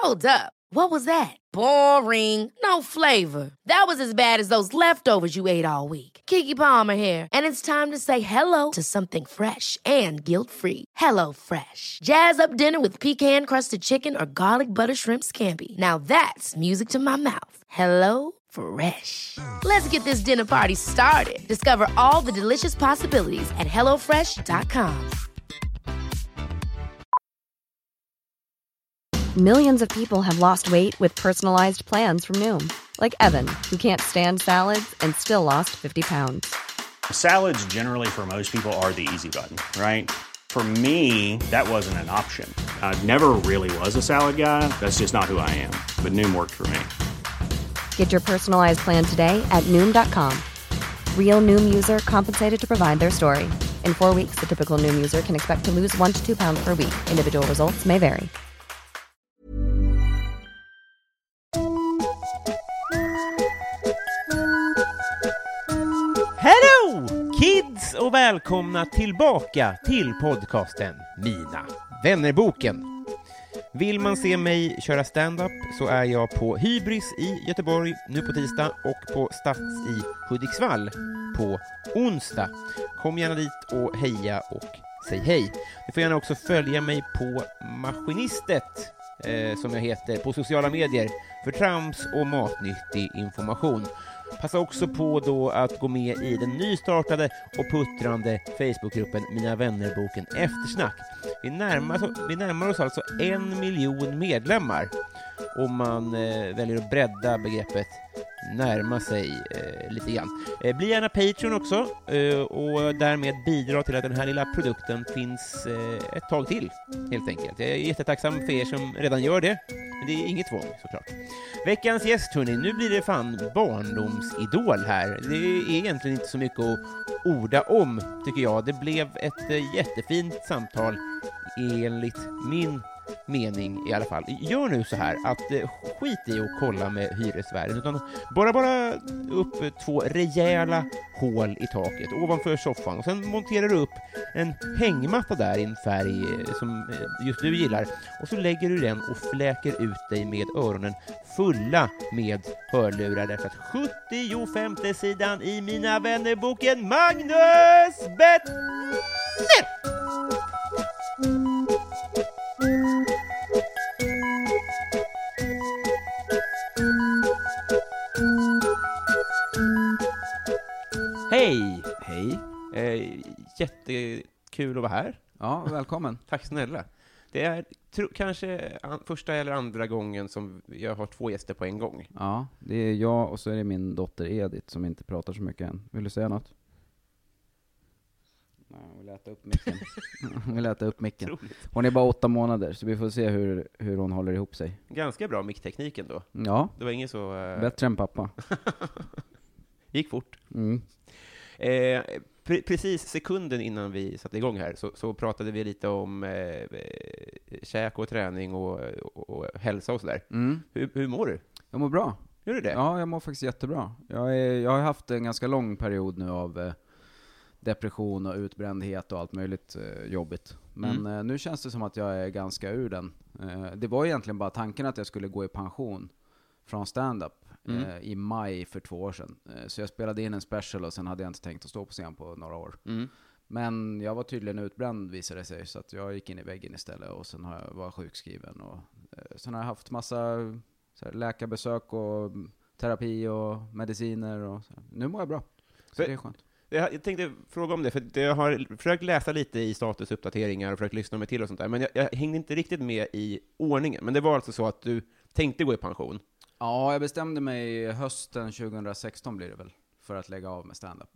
Hold up. What was that? Boring. No flavor. That was as bad as those leftovers you ate all week. Keke Palmer here, and it's time to say hello to something fresh and guilt-free. Hello Fresh. Jazz up dinner with pecan-crusted chicken or garlic butter shrimp scampi. Now that's music to my mouth. Hello Fresh. Let's get this dinner party started. Discover all the delicious possibilities at hellofresh.com. Millions of people have lost weight with personalized plans from Noom. Like Evan, who can't stand salads and still lost 50 pounds. Salads generally for most people are the easy button, right? For me, that wasn't an option. I never really was a salad guy. That's just not who I am. But Noom worked for me. Get your personalized plan today at Noom.com. Real Noom user compensated to provide their story. In 4 weeks, the typical Noom user can expect to lose 1 to 2 pounds per week. Individual results may vary. Hello kids och välkomna tillbaka till podcasten Mina vännerboken. Vill man se mig köra stand-up så är jag på Hybris i Göteborg nu på tisdag och på Stats i Hudiksvall på onsdag. Kom gärna dit och heja och säg hej. Du får gärna också följa mig på Maskinistet som jag heter på sociala medier för trams och matnyttig information. Passa också på då att gå med i den nystartade och puttrande Facebookgruppen Mina vännerboken Eftersnack. Vi närmar oss alltså 1 miljon medlemmar om man väljer att bredda begreppet närma sig lite grann. Bli gärna Patreon också och därmed bidra till att den här lilla produkten finns ett tag till, helt enkelt. Jag är jättetacksam för er som redan gör det, men det är inget tvång såklart. Veckans gäst, hörni, nu blir det fan barndomsidol här. Det är egentligen inte så mycket att orda om, tycker jag. Det blev ett jättefint samtal enligt min mening i alla fall. Gör nu så här att skit i att kolla med hyresvärden utan bara upp 2 rejäla hål i taket ovanför soffan och sen monterar du upp en hängmatta där i en färg som just du gillar och så lägger du den och fläker ut dig med öronen fulla med hörlurar därför att 75:e sidan i Mina vännerboken Magnus Bettner! Hej! Hej. Jättekul att vara här. Ja, välkommen. Tack snälla. Det är kanske första eller andra gången som jag har 2 gäster på en gång. Ja, det är jag och så är det min dotter Edith som inte pratar så mycket än. Vill du säga något? Nej, hon vill äta upp micken. Hon vill äta upp micken. Hon är bara 8 månader så vi får se hur hon håller ihop sig. Ganska bra micktekniken då. Ja. Det var inget så... Bättre än pappa. Gick fort. Mm. Precis sekunden innan vi satte igång här så pratade vi lite om käk och träning och hälsa och sådär. Mm. Hur mår du? Jag mår bra. Gör du det? Ja, jag mår faktiskt jättebra. Jag har haft en ganska lång period nu av depression och utbrändhet och allt möjligt jobbigt. Men nu känns det som att jag är ganska ur den. Det var egentligen bara tanken att jag skulle gå i pension från stand-up i maj för 2 år sedan. Så jag spelade in en special och sen hade jag inte tänkt att stå på scen på några år. Men jag var tydligen utbränd visade det sig så att jag gick in i väggen istället och sen var jag sjukskriven och sen har jag haft massa så här, läkarbesök och terapi och mediciner och så. Nu mår jag bra. Så det är skönt. Jag tänkte fråga om det, för jag har försökt läsa lite i statusuppdateringar och försökt lyssna mig till och sånt där, men jag hängde inte riktigt med i ordningen. Men det var alltså så att du tänkte gå i pension? Ja, jag bestämde mig hösten 2016 blir det väl, för att lägga av med stand-up.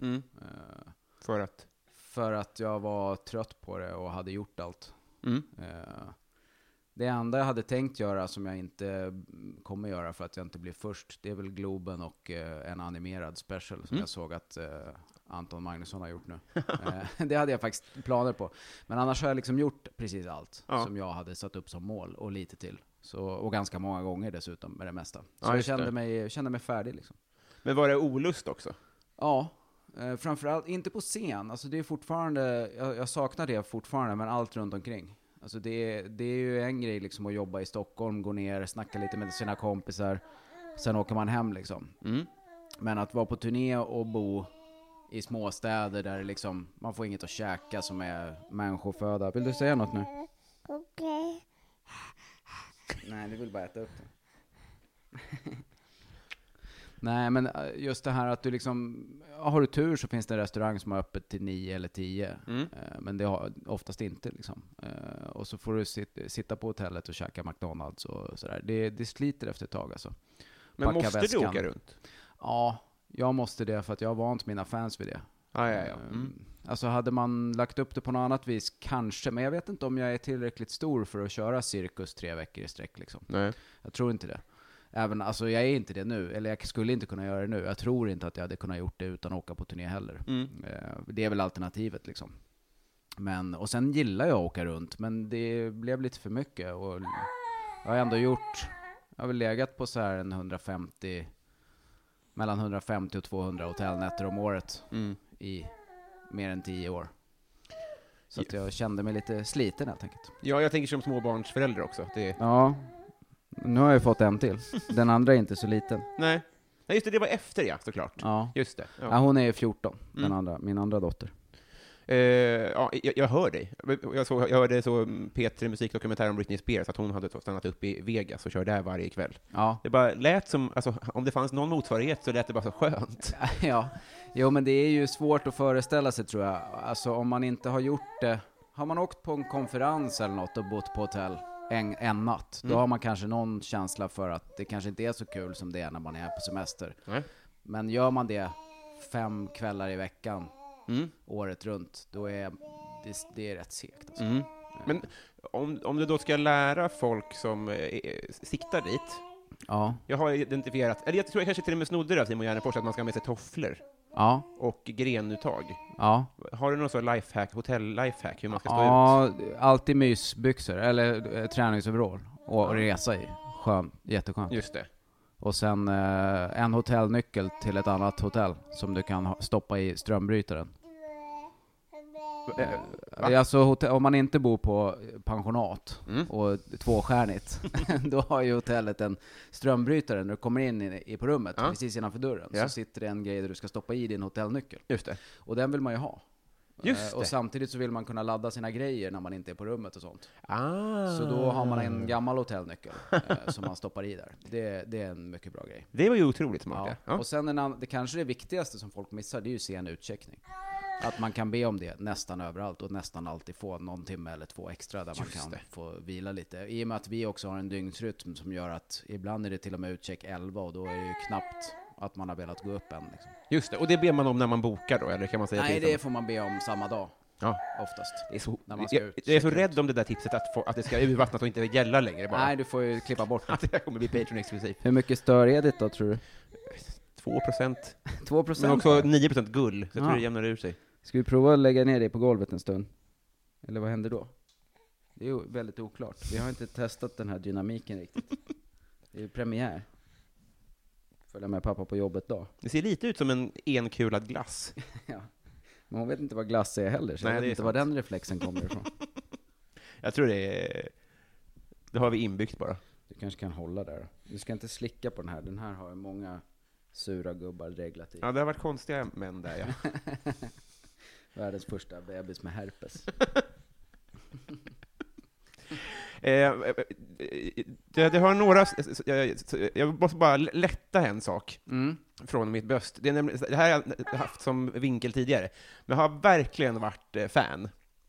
För att jag var trött på det och hade gjort allt. Det enda jag hade tänkt göra som jag inte kommer göra för att jag inte blir först, det är väl Globen och en animerad special som jag såg att Anton Magnusson har gjort nu. Det hade jag faktiskt planer på. Men annars har jag liksom gjort precis allt som jag hade satt upp som mål och lite till. Så, och ganska många gånger dessutom med det mesta. Så jag kände mig färdig liksom. Men var det olust också? Ja, framförallt inte på scen. Alltså det är fortfarande, jag saknar det fortfarande, men allt runt omkring. Alltså det är ju en grej liksom att jobba i Stockholm, gå ner, snacka lite med sina kompisar, sen åker man hem liksom. Men att vara på turné och bo i småstäder där liksom, man får inget att käka som är människoföda. Vill du säga något nu? Okej. Nej, du vill bara äta upp det. Nej, men just det här att du liksom, har du tur så finns det en restaurang som har öppet till 9 eller 10. Men det har oftast inte liksom. Och så får du sitta på hotellet och käka McDonalds och sådär. Det sliter efter ett tag alltså. Men Packa måste väskan. du åka runt? Ja, jag måste det för att jag har vant mina fans vid det. Ja. Alltså hade man lagt upp det på något annat vis, kanske. Men jag vet inte om jag är tillräckligt stor för att köra cirkus 3 veckor i sträck liksom. Nej. Jag tror inte det. Alltså jag är inte det nu, eller jag skulle inte kunna göra det nu. Jag tror inte att jag hade kunnat gjort det utan att åka på turné heller. Det är väl alternativet liksom. Och sen gillar jag att åka runt, men det blev lite för mycket. Och jag har ändå jag har väl legat på så här mellan 150 och 200 hotellnätter om året i mer än 10 år. Så att jag kände mig lite sliten helt enkelt. Ja, jag tänker som småbarnsförälder också. Ja, nu har jag fått en till. Den andra är inte så liten. Nej, just det var efter såklart. Ja. Just det. Ja, hon är 14, min andra dotter. Jag hör dig. Jag hörde så Peter musikdokumentär om Britney Spears att hon hade stannat upp i Vegas och kör där varje kväll. Ja. Det bara lät som, alltså, om det fanns någon motsvarighet så lät det bara så skönt. Ja, jo men det är ju svårt att föreställa sig tror jag. Alltså om man inte har gjort det, har man åkt på en konferens eller något och bott på hotell en natt, då har man kanske någon känsla för att det kanske inte är så kul som det är när man är på semester. Men gör man det 5 kvällar i veckan året runt, då är det är rätt segt alltså. Men om du då ska lära folk som siktar dit. Ja. Jag har identifierat, eller jag tror jag kanske till och med snodde det av Simon Gärdenfors att man ska ha med sig tofflor. Ja. Och grenuttag. Ja. Har du någon sån hotell-lifehack hur man ska stå ut? Ja, alltid mysbyxor eller träningsoverall och resa i. Jätteskönt. Just det. Och sen en hotellnyckel till ett annat hotell som du kan stoppa i strömbrytaren. Alltså om man inte bor på pensionat och 2-stjärnigt, då har ju hotellet en strömbrytare när du kommer in på rummet, precis innanför dörren. Så sitter det en grej där du ska stoppa i din hotellnyckel. Just det. Och den vill man ju ha. Just det. Och samtidigt så vill man kunna ladda sina grejer när man inte är på rummet och sånt. Ah. Så då har man en gammal hotellnyckel som man stoppar i där. Det är en mycket bra grej. Det var ju otroligt smart. Ja. Och sen det kanske det viktigaste som folk missar, det är ju sen utcheckning. Att man kan be om det nästan överallt och nästan alltid få någon timme eller 2 extra där man kan få vila lite. I och med att vi också har en dygnsrytm som gör att ibland är det till och med utcheck 11 och då är det ju knappt att man har velat gå upp än. Liksom. Just det, och det ber man om när man bokar då, eller kan man säga? Nej, det får man be om samma dag. Ja. Oftast. Jag är så rädd om det där tipset att det ska urvattnas och inte gälla längre bara. Nej, du får ju klippa bort det. Att det kommer bli Patreon-exklusivt. Hur mycket stör är det då, tror du? 2%. 2%? Men också 9% gull, så jag tror det jämnar ur sig. Ska vi prova att lägga ner dig på golvet en stund? Eller vad händer då? Det är ju väldigt oklart. Vi har inte testat den här dynamiken riktigt. Det är ju premiär. Följa med pappa på jobbet då. Det ser lite ut som en enkulad glass. Ja. Men hon vet inte vad glass är heller, så Nej, jag vet inte sant. var den reflexen kommer ifrån. Jag tror det har vi inbyggt bara. Du kanske kan hålla där. Du ska inte slicka på den här. Den här har många sura gubbar dreglat i. Ja, det har varit konstiga män där, ja. Världens första bebis med herpes. Det har några... Jag måste bara lätta en sak från mitt bröst. Det här har jag haft som vinkel tidigare. Men jag har verkligen varit fan.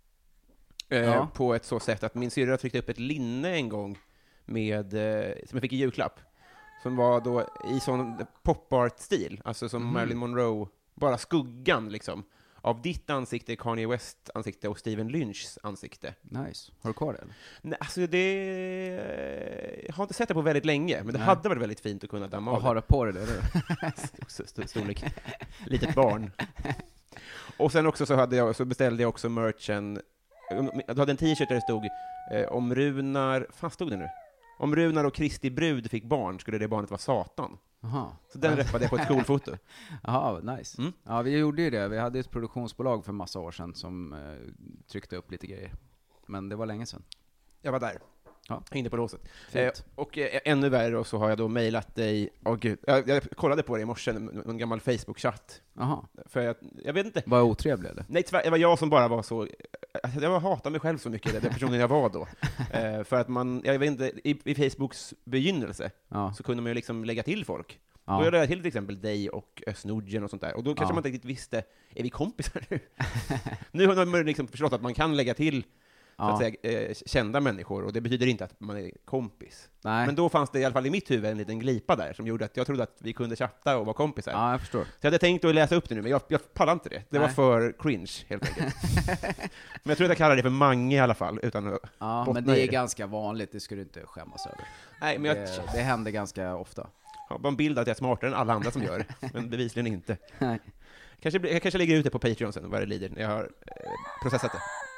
På ett så sätt att min syrra tryckte upp ett linne en gång med, som jag fick i julklapp. Som var då i sån pop-art-stil. Alltså som Marilyn Monroe. Bara skuggan liksom. Av ditt ansikte, Kanye West ansikte och Steven Lynchs ansikte. Nice. Har du kvar det? Eller? Nej, alltså jag har inte sett det på väldigt länge, men det hade varit väldigt fint att kunna damma av det. Har du på det, eller? Storlek. Litet barn. Och sen också så beställde jag också merchen. Du hade en t-shirt där det stod om Runar, fan stod det nu? Om Runar och Kristi brud fick barn skulle det barnet vara Satan. Aha. Så den räppade jag på ett skolfoto. Jaha, nice. Ja, vi gjorde ju det. Vi hade ett produktionsbolag för massa år sedan som tryckte upp lite grejer. Men det var länge sedan. Jag var där. Ja. Inne på låset. Fint. Och ännu värre, och så har jag då mejlat dig. Gud. Jag kollade på det i morse, en gammal Facebook-chatt. Aha. För jag vet inte. Var jag otrevlig eller? Nej, det var jag som bara var så... Alltså, jag hatar mig själv så mycket, den personen jag var då. För att jag vet inte, i Facebooks begynnelse så kunde man ju liksom lägga till folk. Då lade jag till exempel dig och Östnordgen och sånt där. Och då kanske man inte riktigt visste, är vi kompisar nu? Nu har man liksom förstått att man kan lägga till så att säga, kända människor, och det betyder inte att man är kompis. Nej. Men då fanns det i alla fall i mitt huvud en liten glipa där som gjorde att jag trodde att vi kunde chatta och vara kompisar. Ja, jag förstår. Så jag hade tänkt att läsa upp det nu, men jag pallade inte det. Det var för cringe, helt enkelt. Men jag tror att jag kallar det för Mange i alla fall, utan att men det är ganska vanligt, det ska du inte skämmas över. Nej, men det händer ganska ofta. Jag har bara en bild att jag är smartare än alla andra som gör det, men bevisligen inte. Nej. Jag kanske lägger ut det på Patreon sen, vad det lider, när jag har processat det.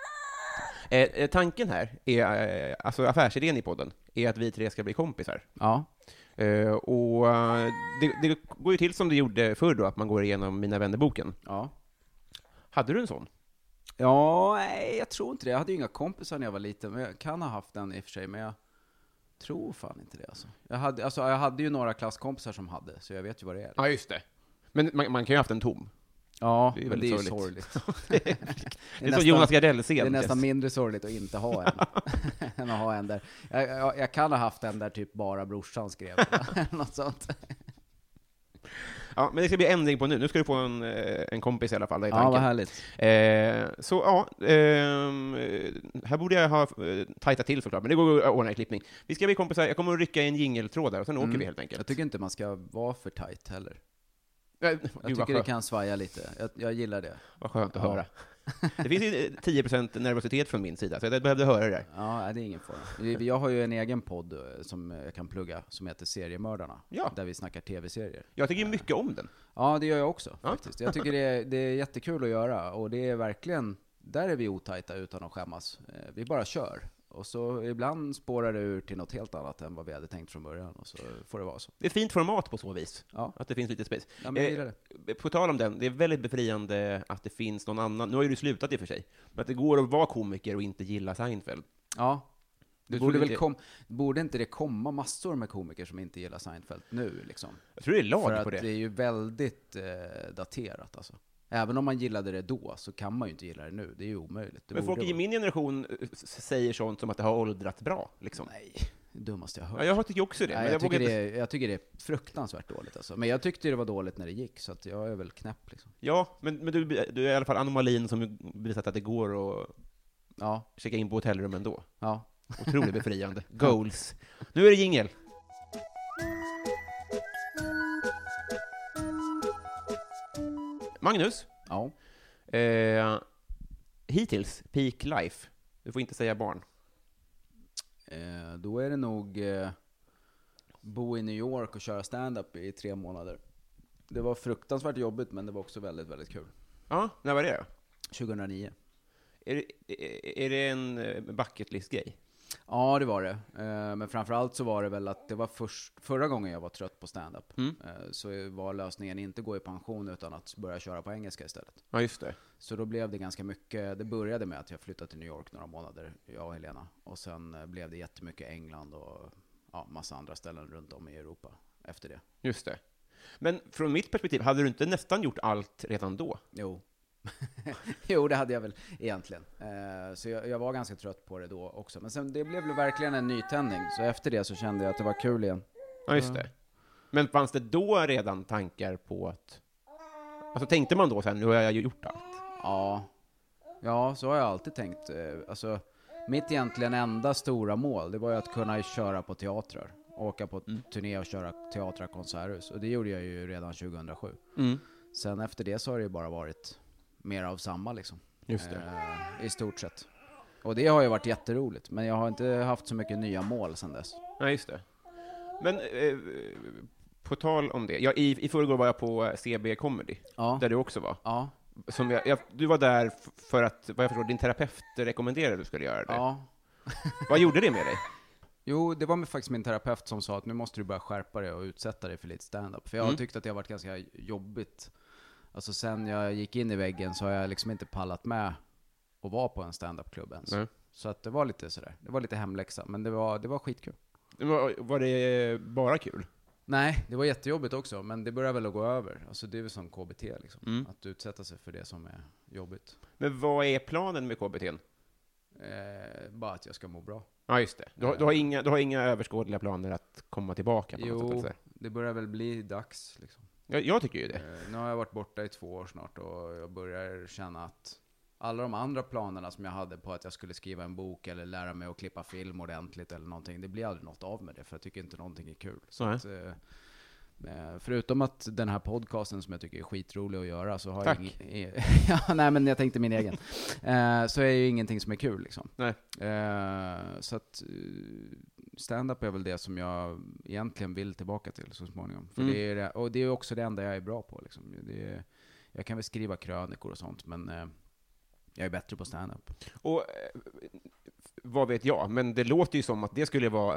Tanken här är, alltså affärsidén i podden, är att vi tre ska bli kompisar. Ja. Och det går ju till som det gjorde förr då, att man går igenom Mina vännerboken. Ja. Hade du en sån? Ja, nej, jag tror inte det. Jag hade ju inga kompisar när jag var liten, men jag kan ha haft den i och för sig, men jag tror fan inte det alltså. Jag hade ju några klasskompisar som hade, så jag vet ju vad det är. Ja, just det. Men man kan ju ha haft en tom. Ja, det är men det är ju sorgligt. sorgligt. Det är så Jonas Gardell-scen. Det är nästan mindre sorgligt att inte ha en än att ha en där. Jag kan ha haft en där typ bara brorsan skrev något sånt. Ja, men det ska bli ändring på nu. Nu ska du få en kompis i alla fall. Ja, vad härligt. Så ja, här borde jag ha tajtat till såklart, men det går att ordna i klippning. Vi ska bli kompisar. Jag kommer att rycka en jingeltråd där och sen åker vi helt enkelt. Jag tycker inte man ska vara för tajt heller. Jag tycker det kan svaja lite. Jag gillar det. Vad skönt att höra. Det finns ju 10% nervositet från min sida, så jag behövde höra det där. Ja, det är ingen fara. Jag har ju en egen podd som jag kan plugga, som heter Seriemördarna. Ja. Där vi snackar tv-serier. Jag tycker mycket om den. Ja, det gör jag också faktiskt. Jag tycker det är jättekul att göra, och det är verkligen, där är vi otajta utan att skämmas. Vi bara kör. Och så ibland spårar det ur till något helt annat än vad vi hade tänkt från början, och så får det vara så. Det är ett fint format på så vis, att det finns lite space. Ja, men jag gillar det. På tal om den, det är väldigt befriande att det finns någon annan, nu har ju du slutat i och för sig, men att det går att vara komiker och inte gilla Seinfeld. Ja. Borde inte det komma massor med komiker som inte gillar Seinfeld nu liksom? Jag tror det är lag för på det. För att det är ju väldigt daterat alltså. Även om man gillade det då, så kan man ju inte gilla det nu. Det är ju omöjligt. Men folk i min generation säger sånt som att det har åldrat bra, liksom. Nej, det dummaste jag hört. Ja, jag tycker också det. Nej, men jag tycker det är fruktansvärt dåligt alltså. Men jag tyckte det var dåligt när det gick, så att jag är väl knäpp liksom. Ja, men du är i alla fall anomalin som bevisat att det går att checka in på hotellrum ändå. Ja. Otroligt befriande. Goals. Nu är det jingel. Magnus? Ja. Hittills, peak life. Du får inte säga barn. Då är det nog bo i New York och köra stand-up i 3 månader. Det var fruktansvärt jobbigt, men det var också väldigt, väldigt kul. Ja, när var det? 2009. Är det en bucket list-grej? Ja, det var det. Men framförallt så var det väl att det var förra gången jag var trött på stand-up. Så var lösningen inte gå i pension utan att börja köra på engelska istället. Ja, just det. Så då blev det ganska mycket. Det började med att jag flyttade till New York några månader, jag och Helena. Och sen blev det jättemycket England och massa andra ställen runt om i Europa efter det. Just det. Men från mitt perspektiv, hade du inte nästan gjort allt redan då? Jo. Jo, det hade jag väl egentligen. Så jag var ganska trött på det då också. Men sen det blev verkligen en nytändning. Så efter det så kände jag att det var kul igen. Ja, just det. Men fanns det då redan tankar på att... Alltså tänkte man då så här, nu har jag gjort allt? Ja, så har jag alltid tänkt. Alltså, mitt egentligen enda stora mål, det var ju att kunna köra på teatrar. Åka på turné och köra teatrar, konserthus. Och det gjorde jag ju redan 2007. Sen efter det så har det ju bara varit mer av samma liksom. Just det. I stort sett. Och det har ju varit jätteroligt. Men jag har inte haft så mycket nya mål sedan dess. Ja, just det. Men på tal om det. I förrgår var jag på CB Comedy. Ja. Där du också var. Ja. Som du var där för att, vad jag förstår, din terapeut rekommenderade att du skulle göra det. Ja. Vad gjorde det med dig? Jo, det var faktiskt min terapeut som sa att nu måste du börja skärpa dig och utsätta dig för lite stand-up. För jag har tyckt att det har varit ganska jobbigt. Alltså sen jag gick in i väggen så har jag liksom inte pallat med att vara på en stand-up-klubb ens. Så att det var lite sådär, det var lite hemläxa, men det var skitkul. Var det bara kul? Nej, det var jättejobbigt också, men det börjar väl att gå över. Alltså det är väl som KBT liksom, att utsätta sig för det som är jobbigt. Men vad är planen med KBT? Bara att jag ska må bra. Ja, just det. Du har inga överskådliga planer att komma tillbaka på något sätt? Jo, det börjar väl bli dags liksom. Jag tycker ju det. Nu har jag varit borta i 2 år snart och jag börjar känna att alla de andra planerna som jag hade på att jag skulle skriva en bok eller lära mig att klippa film ordentligt eller någonting, det blir aldrig något av med det, för jag tycker inte någonting är kul. Så att, förutom att den här podcasten som jag tycker är skitrolig att göra, så har jag ja, nej, men jag tänkte min egen. Så är ju ingenting som är kul liksom. Nej. Så att stand-up är väl det som jag egentligen vill tillbaka till så småningom. För det är också det enda jag är bra på liksom. Jag kan väl skriva krönikor och sånt, men jag är bättre på stand-up. Och vad vet jag, men det låter ju som att det skulle vara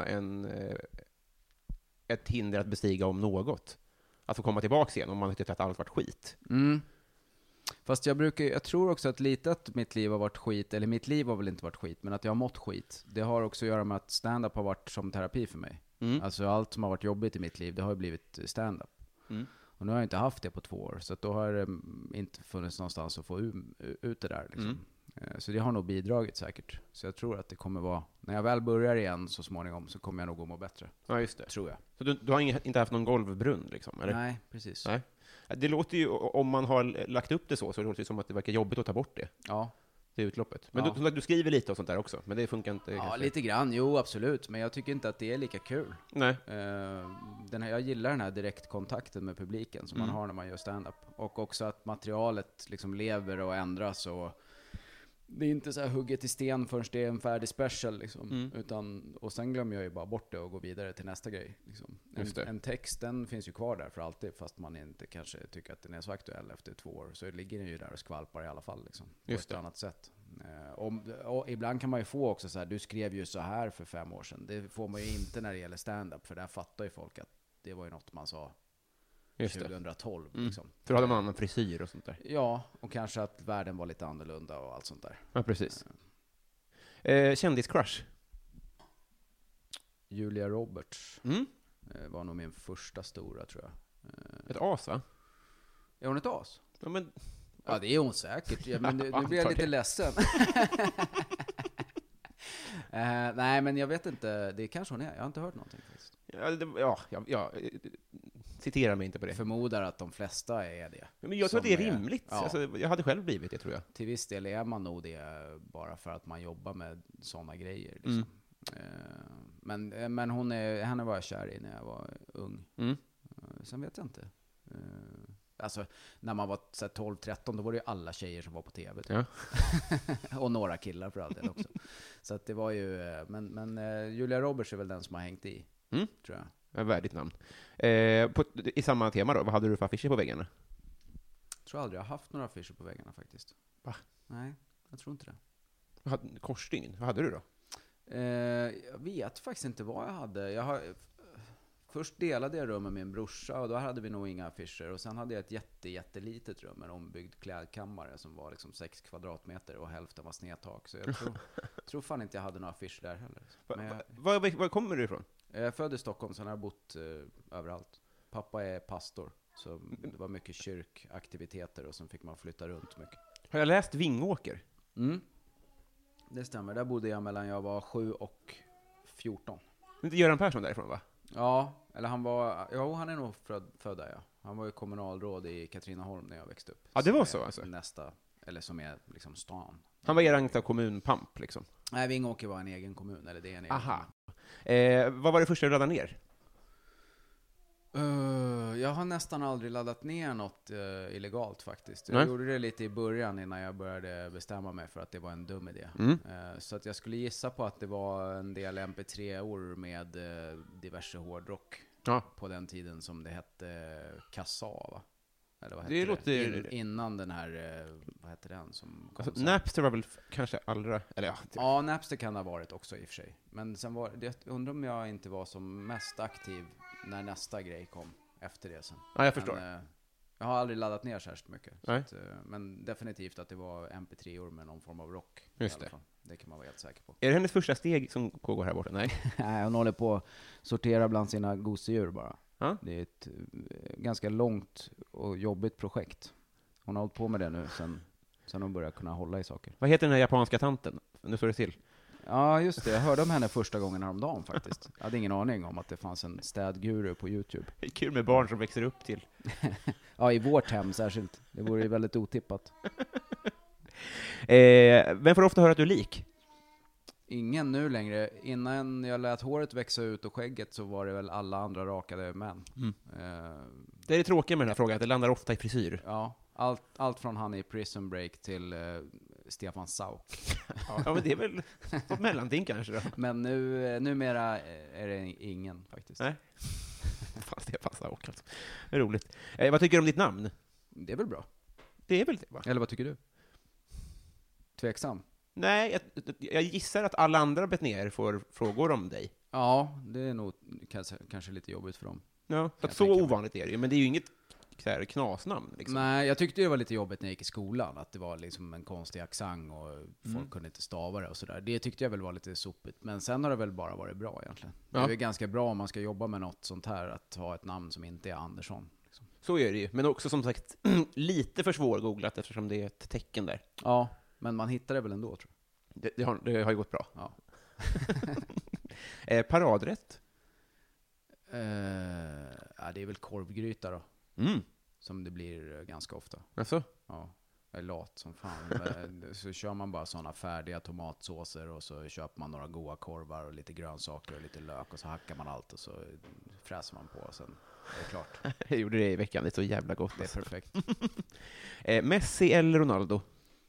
ett hinder att bestiga om något. Att få komma tillbaka igen om man inte tyckte att allt varit skit. Fast jag tror också att lite att mitt liv har varit skit, eller mitt liv har väl inte varit skit, men att jag har mått skit. Det har också att göra med att stand-up har varit som terapi för mig. Alltså allt som har varit jobbigt i mitt liv, det har ju blivit stand-up. Och nu har jag inte haft det på 2 år, så att då har det inte funnits någonstans att få ut det där liksom. Så det har nog bidragit säkert. Så jag tror att det kommer vara, när jag väl börjar igen så småningom, så kommer jag nog att må bättre. Ja, just det. Tror jag. Så du har inte haft någon golvbrunn liksom, eller? Nej, precis. Nej. Det låter ju, om man har lagt upp det så låter det som att det verkar jobbigt att ta bort det. Ja. Det utloppet. Men du skriver lite och sånt där också, men det funkar inte. Ja, kanske. lite grann. Jo, absolut. Men jag tycker inte att det är lika kul. Nej. Jag gillar den här direktkontakten med publiken som man har när man gör stand-up. Och också att materialet liksom lever och ändras. Och det är inte så här hugget i sten förrän det är en färdig special. Liksom. Och sen glömmer jag ju bara bort det och går vidare till nästa grej. Liksom. En text, den finns ju kvar där för alltid, fast man inte kanske tycker att den är så aktuell efter 2 år. Så ligger den ju där och skvalpar i alla fall. Liksom, på ett annat sätt. Och ibland kan man ju få också så här, du skrev ju så här för 5 år sedan. Det får man ju inte när det gäller stand-up, för där fattar ju folk att det var ju något man sa 2012. Liksom. För då hade man annan frisyr och sånt där. Ja, och kanske att världen var lite annorlunda och allt sånt där. Ja, precis. Kändiscrush? Julia Roberts var nog min första stora, tror jag. Ett as, va? Är hon ett as? Ja, men... Ja, det är hon säkert. Ja, men nu blir jag lite ledsen. Nej, men jag vet inte. Det kanske hon är. Jag har inte hört någonting faktiskt. Citera mig inte på det. Förmodar att de flesta är det. Men jag tror att det är rimligt. Ja. Alltså, jag hade själv blivit det, tror jag. Till viss del är man nog det bara för att man jobbar med sådana grejer. Liksom. Men henne var jag kär i när jag var ung. Sen vet jag inte. Alltså, när man var 12-13, då var det ju alla tjejer som var på tv. Ja. Och några killar för all del också. Så att det var ju... Men Julia Roberts är väl den som har hängt i, tror jag. Värdigt namn. I samma tema då, vad hade du för affischer på väggarna? Jag tror aldrig jag har haft några affischer på väggarna faktiskt. Va? Nej, jag tror inte det. Korsstygn, vad hade du då? Jag vet faktiskt inte vad jag hade. Först delade jag rum med min brorsa och då hade vi nog inga affischer. Och sen hade jag ett jättelitet rum, en ombyggd klädkammare som var liksom 6 kvadratmeter och hälften var snedtak. Så jag tror fan inte jag hade några affischer där heller. Var kommer du ifrån? Jag är född i Stockholm, sen har jag bott överallt. Pappa är pastor, så det var mycket kyrkaktiviteter och sen fick man flytta runt mycket. Har jag läst Vingåker? Det stämmer, där bodde jag mellan jag var 7 och 14. Inte Göran Persson därifrån, va? Ja, eller han är nog född där, ja. Han var ju kommunalråd i Katrineholm när jag växte upp. Ja, det var så alltså? Eller som är liksom stan. Han var er kommunpamp liksom? Nej, Vingåker var en egen kommun, eller det är en egen Aha. kommun. Vad var det första du laddade ner? Jag har nästan aldrig laddat ner något illegalt faktiskt. Jag gjorde det lite i början innan jag började bestämma mig för att det var en dum idé. Så att jag skulle gissa på att det var en del MP3-or med diverse hårdrock på den tiden som det hette Kassa, va? Eller vad hette det? Låter... Innan den här, vad hette den som kom alltså, Napster var väl kanske allra... Eller ja, Napster kan ha varit också i och för sig. Men sen var det, undrar om jag inte var som mest aktiv när nästa grej kom efter det sen. Ja, jag förstår. Men, jag har aldrig laddat ner särskilt mycket. Nej. Så att, men definitivt att det var MP3-or med någon form av rock. Just det. Det kan man vara helt säker på. Är det hennes första steg som går här borta? Nej. Nej, hon håller på att sortera bland sina gosedjur bara. Ja. Det är ett ganska långt och jobbigt projekt. Hon har hållit på med det nu sen hon började kunna hålla i saker. Vad heter den här japanska tanten? Nu står det till. Ja, just det. Jag hörde om henne första gången häromdagen faktiskt. Jag hade ingen aning om att det fanns en städguru på YouTube. Det är kul med barn som växer upp till. Ja, i vårt hem särskilt. Det vore ju väldigt otippat. Vem får ofta höra att du är lik? Ingen nu längre. Innan jag lät håret växa ut och skägget så var det väl alla andra rakade män. Det är det tråkiga med den här frågan, att det landar ofta i frisyr. Ja, allt från han i Prison Break till Stefan Sauk. Ja, men det är väl ett mellanting kanske då. Men numera är det ingen faktiskt. Nej. Fan, Stefan Sauk alltså. Det är roligt. Vad tycker du om ditt namn? Det är väl bra. Det är väl det, va? Eller vad tycker du? Tveksam? Nej, jag gissar att alla andra betnéer får frågor om dig. Ja, det är nog kanske lite jobbigt för dem. Ja, att så ovanligt är det ju, men det är ju inget så här knasnamn liksom. Nej, jag tyckte det var lite jobbigt när jag gick i skolan, att det var liksom en konstig accent och folk kunde inte stava det och sådär. Det tyckte jag väl var lite sopigt, men sen har det väl bara varit bra egentligen. Det är väl ganska bra om man ska jobba med något sånt här, att ha ett namn som inte är Andersson. Liksom. Så är det ju, men också som sagt lite för svårgooglat eftersom det är ett tecken där. Ja, men man hittar det väl ändå, tror jag. Det har ju gått bra. Ja. Paradrätt? Ja, det är väl korvgryta då. Som det blir ganska ofta. Alltså? Ja, jag är lat som fan. Så kör man bara sådana färdiga tomatsåser och så köper man några goda korvar och lite grönsaker och lite lök och så hackar man allt och så fräser man på och sen är det klart. Jag gjorde det i veckan, det är så jävla gott. Det är perfekt. Messi eller Ronaldo?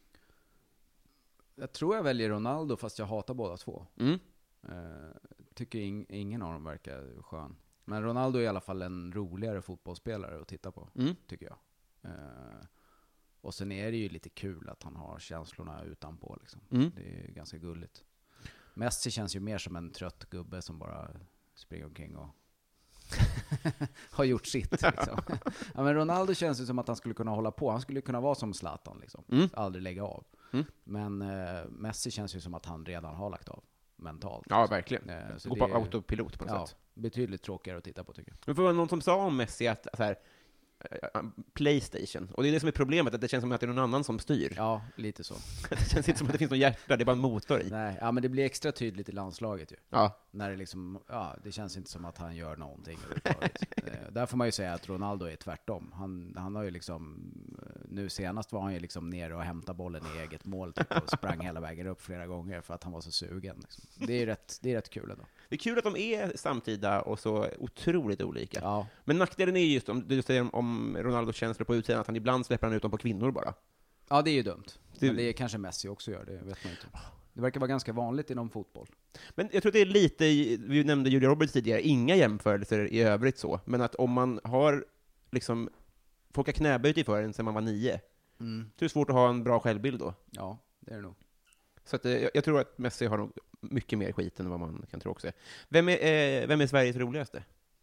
Jag tror jag väljer Ronaldo, fast jag hatar båda två. Tycker ingen av dem verkar skön. Men Ronaldo är i alla fall en roligare fotbollsspelare att titta på, tycker jag. Och sen är det ju lite kul att han har känslorna utanpå. Liksom. Det är ganska gulligt. Messi känns ju mer som en trött gubbe som bara springer omkring och har gjort sitt. Liksom. Ja, men Ronaldo känns ju som att han skulle kunna hålla på. Han skulle kunna vara som Zlatan, liksom. Aldrig lägga av. Men Messi känns ju som att han redan har lagt av mentalt. Ja, verkligen. Så gå på autopilot på något sätt. Betydligt tråkigare att titta på, tycker jag. Men det var någon som sa om Messi att så här, PlayStation, och det är det som är problemet, att det känns som att det är någon annan som styr. Ja, lite så. Det känns inte som att det finns någon hjärta, det är bara en motor i. Nej, ja, men det blir extra tydligt i landslaget ju. Ja. När det liksom, ja, det känns inte som att han gör någonting. Där får man ju säga att Ronaldo är tvärtom. Han har ju liksom, nu senast var han ju liksom nere och hämtade bollen i eget mål typ, och sprang hela vägen upp flera gånger för att han var så sugen. Liksom. Det är rätt kul ändå. Det är kul att de är samtida och så otroligt olika. Ja. Men nackdelen är just, om du säger om Ronaldos känslor på utsidan, att han ibland släpper han ut dem på kvinnor bara. Ja, det är ju dumt. Men det är kanske Messi också gör, det vet man inte. Det verkar vara ganska vanligt inom fotboll. Men jag tror det är lite, vi nämnde Julia Roberts tidigare, inga jämförelser i övrigt så, men att om man har liksom, folk har knäböjt i för en sedan man var 9, så är det svårt att ha en bra självbild då. Ja, det är det nog. Så att, jag tror att Messi har nog mycket mer skit än vad man kan tro också. Vem är Sveriges roligaste?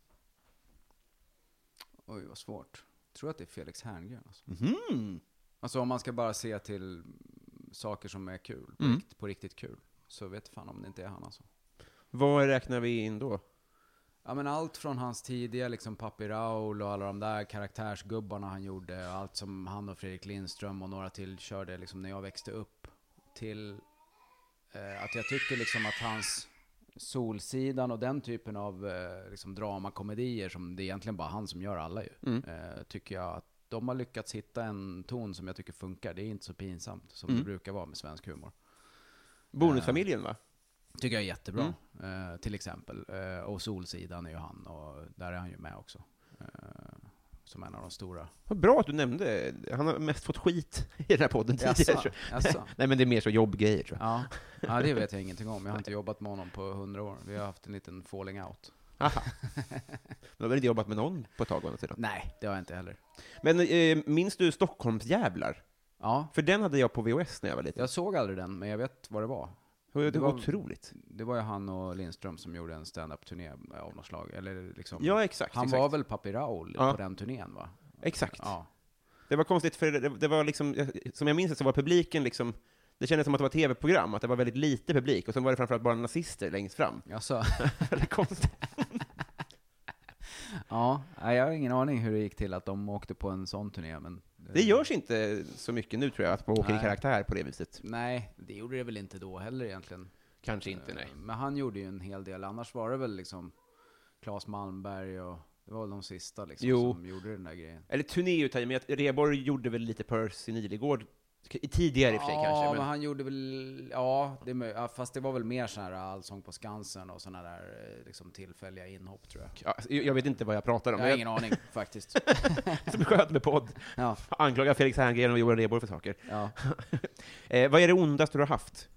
Oj, vad svårt. Jag tror att det är Felix Herngren. Alltså. Alltså om man ska bara se till saker som är kul, på riktigt kul, så vet fan om det inte är han alltså. Vad räknar vi in då? Ja, men allt från hans tidiga liksom Papi Raul och alla de där karaktärsgubbarna han gjorde, allt som han och Fredrik Lindström och några till körde liksom när jag växte upp, till att jag tycker liksom att hans Solsidan och den typen av liksom dramakomedier, som det är egentligen bara han som gör alla ju, tycker jag att de har lyckats hitta en ton som jag tycker funkar. Det är inte så pinsamt som det brukar vara med svensk humor. Bonusfamiljen, va? Tycker jag är jättebra, till exempel. Och Solsidan är ju han, och där är han ju med också. Som en av de stora. Vad bra att du nämnde. Han har mest fått skit i den här podden tidigare. Jaså. Nej, men det är mer så jobbgrejer, tror jag. Ja, det vet jag ingenting om. Jag har inte jobbat med honom på 100 år. Vi har haft en liten falling out. Aha. Du har väl inte jobbat med någon på ett tag? Nej, det har jag inte heller. Men minns du Stockholmsjävlar? Ja. För den hade jag på VHS när jag var liten. Jag såg aldrig den, men jag vet vad det var. Det var otroligt. Det var ju han och Lindström som gjorde en stand-up-turné av något slag. Eller liksom, ja, exakt. Han var väl Papi Raul på den turnén, va? Exakt. Ja. Det var konstigt, för det var liksom, som jag minns det så var publiken liksom, Det kändes som att det var ett tv-program, att det var väldigt lite publik, och sen var det framförallt bara nazister längst fram. Jaså? Väldigt konstigt. Ja, jag har ingen aning hur det gick till att de åkte på en sån turné, men... Det görs inte så mycket nu, tror jag, att man åker i Nej. karaktär på det viset. Nej, det gjorde det väl inte då heller egentligen. Kanske inte, nej. Men han gjorde ju en hel del, annars var det väl liksom Claes Malmberg och det var väl de sista liksom som gjorde den där grejen. Eller turnéuttagning, men Rheborg gjorde väl lite Percy Nilegård tidigare i och för sig kanske. Ja, men han gjorde väl, fast det var väl mer sån här Allsång på Skansen och såna där liksom tillfälliga inhopp, tror jag. Ja, jag vet inte vad jag pratar om. Jag har ingen aning faktiskt. Som skönt med podd. Ja. Anklagar Felix Herngren och Johan Rheborg för saker. Ja. Vad är det ondaste du har haft?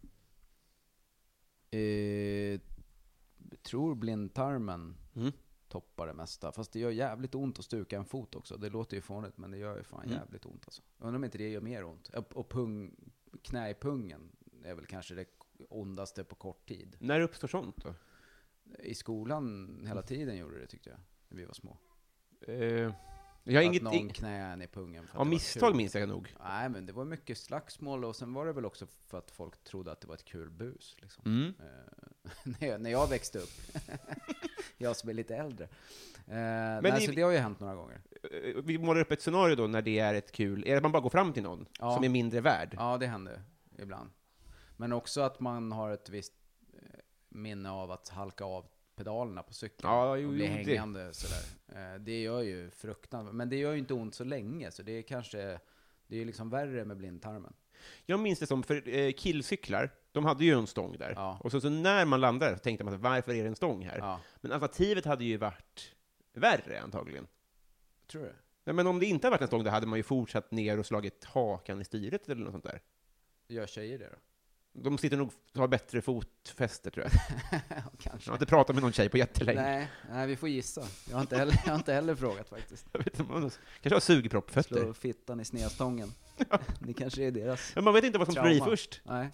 Tror blindtarmen toppar det mesta. Fast det gör jävligt ont att stuka en fot också. Det låter ju fånigt, men det gör ju fan jävligt ont alltså. Undrar om inte det gör mer ont. Och knä i pungen är väl kanske det ondaste på kort tid. När uppstår sånt då? I skolan hela tiden gjorde det, tyckte jag, när vi var små. Jag har att någon knän i pungen. För att av misstag minns jag nog. Nej, men det var mycket slagsmål, och sen var det väl också för att folk trodde att det var ett kul bus liksom. När jag växte upp. Jag som är lite äldre. Men så det har ju hänt några gånger. Vi målar upp ett scenario då när det är ett kul. Är det att man bara går fram till någon som är mindre värd? Ja, det händer ibland. Men också att man har ett visst minne av att halka av pedalerna på cykeln och bli hängande sådär. Det gör ju fruktansvärt. Men det gör ju inte ont så länge, så det är liksom värre med blindtarmen. Jag minns det som, för killcyklar, de hade ju en stång där. Ja. Och så när man landade så tänkte man, varför är det en stång här? Ja. Men alternativet hade ju varit värre antagligen. Tror du? Nej, men om det inte hade varit en stång, då hade man ju fortsatt ner och slagit hakan i styret eller något sånt där. Gör tjejer det då? De sitter nog och har bättre fotfäste, tror jag. Kanske. Jag har inte pratat med någon tjej på jättelänge. Nej, vi får gissa. Jag har inte heller frågat faktiskt. Jag vet inte, kanske har sugeproppfötter. Slå fittan i snedstången. Det kanske är deras. Men man vet inte vad som ska bli först. Nej.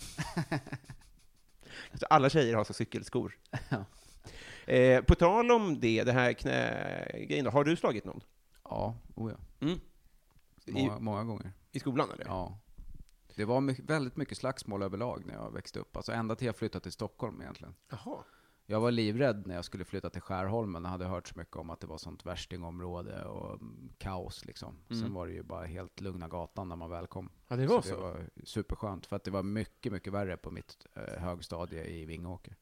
Så alla tjejer har så cykelskor. Ja. På tal om det här knägrejen då, har du slagit någon? Ja, många gånger. I skolan eller? Ja. Det var väldigt mycket slagsmål överlag när jag växte upp. Alltså ända till jag flyttade till Stockholm egentligen. Jaha. Jag var livrädd när jag skulle flytta till Skärholmen. Jag hade hört så mycket om att det var sånt värstingområde och kaos liksom. Sen var det ju bara helt lugna gatan när man väl kom. Ja, det var så. Det var superskönt, för att det var mycket, mycket värre på mitt högstadie i Vingåker.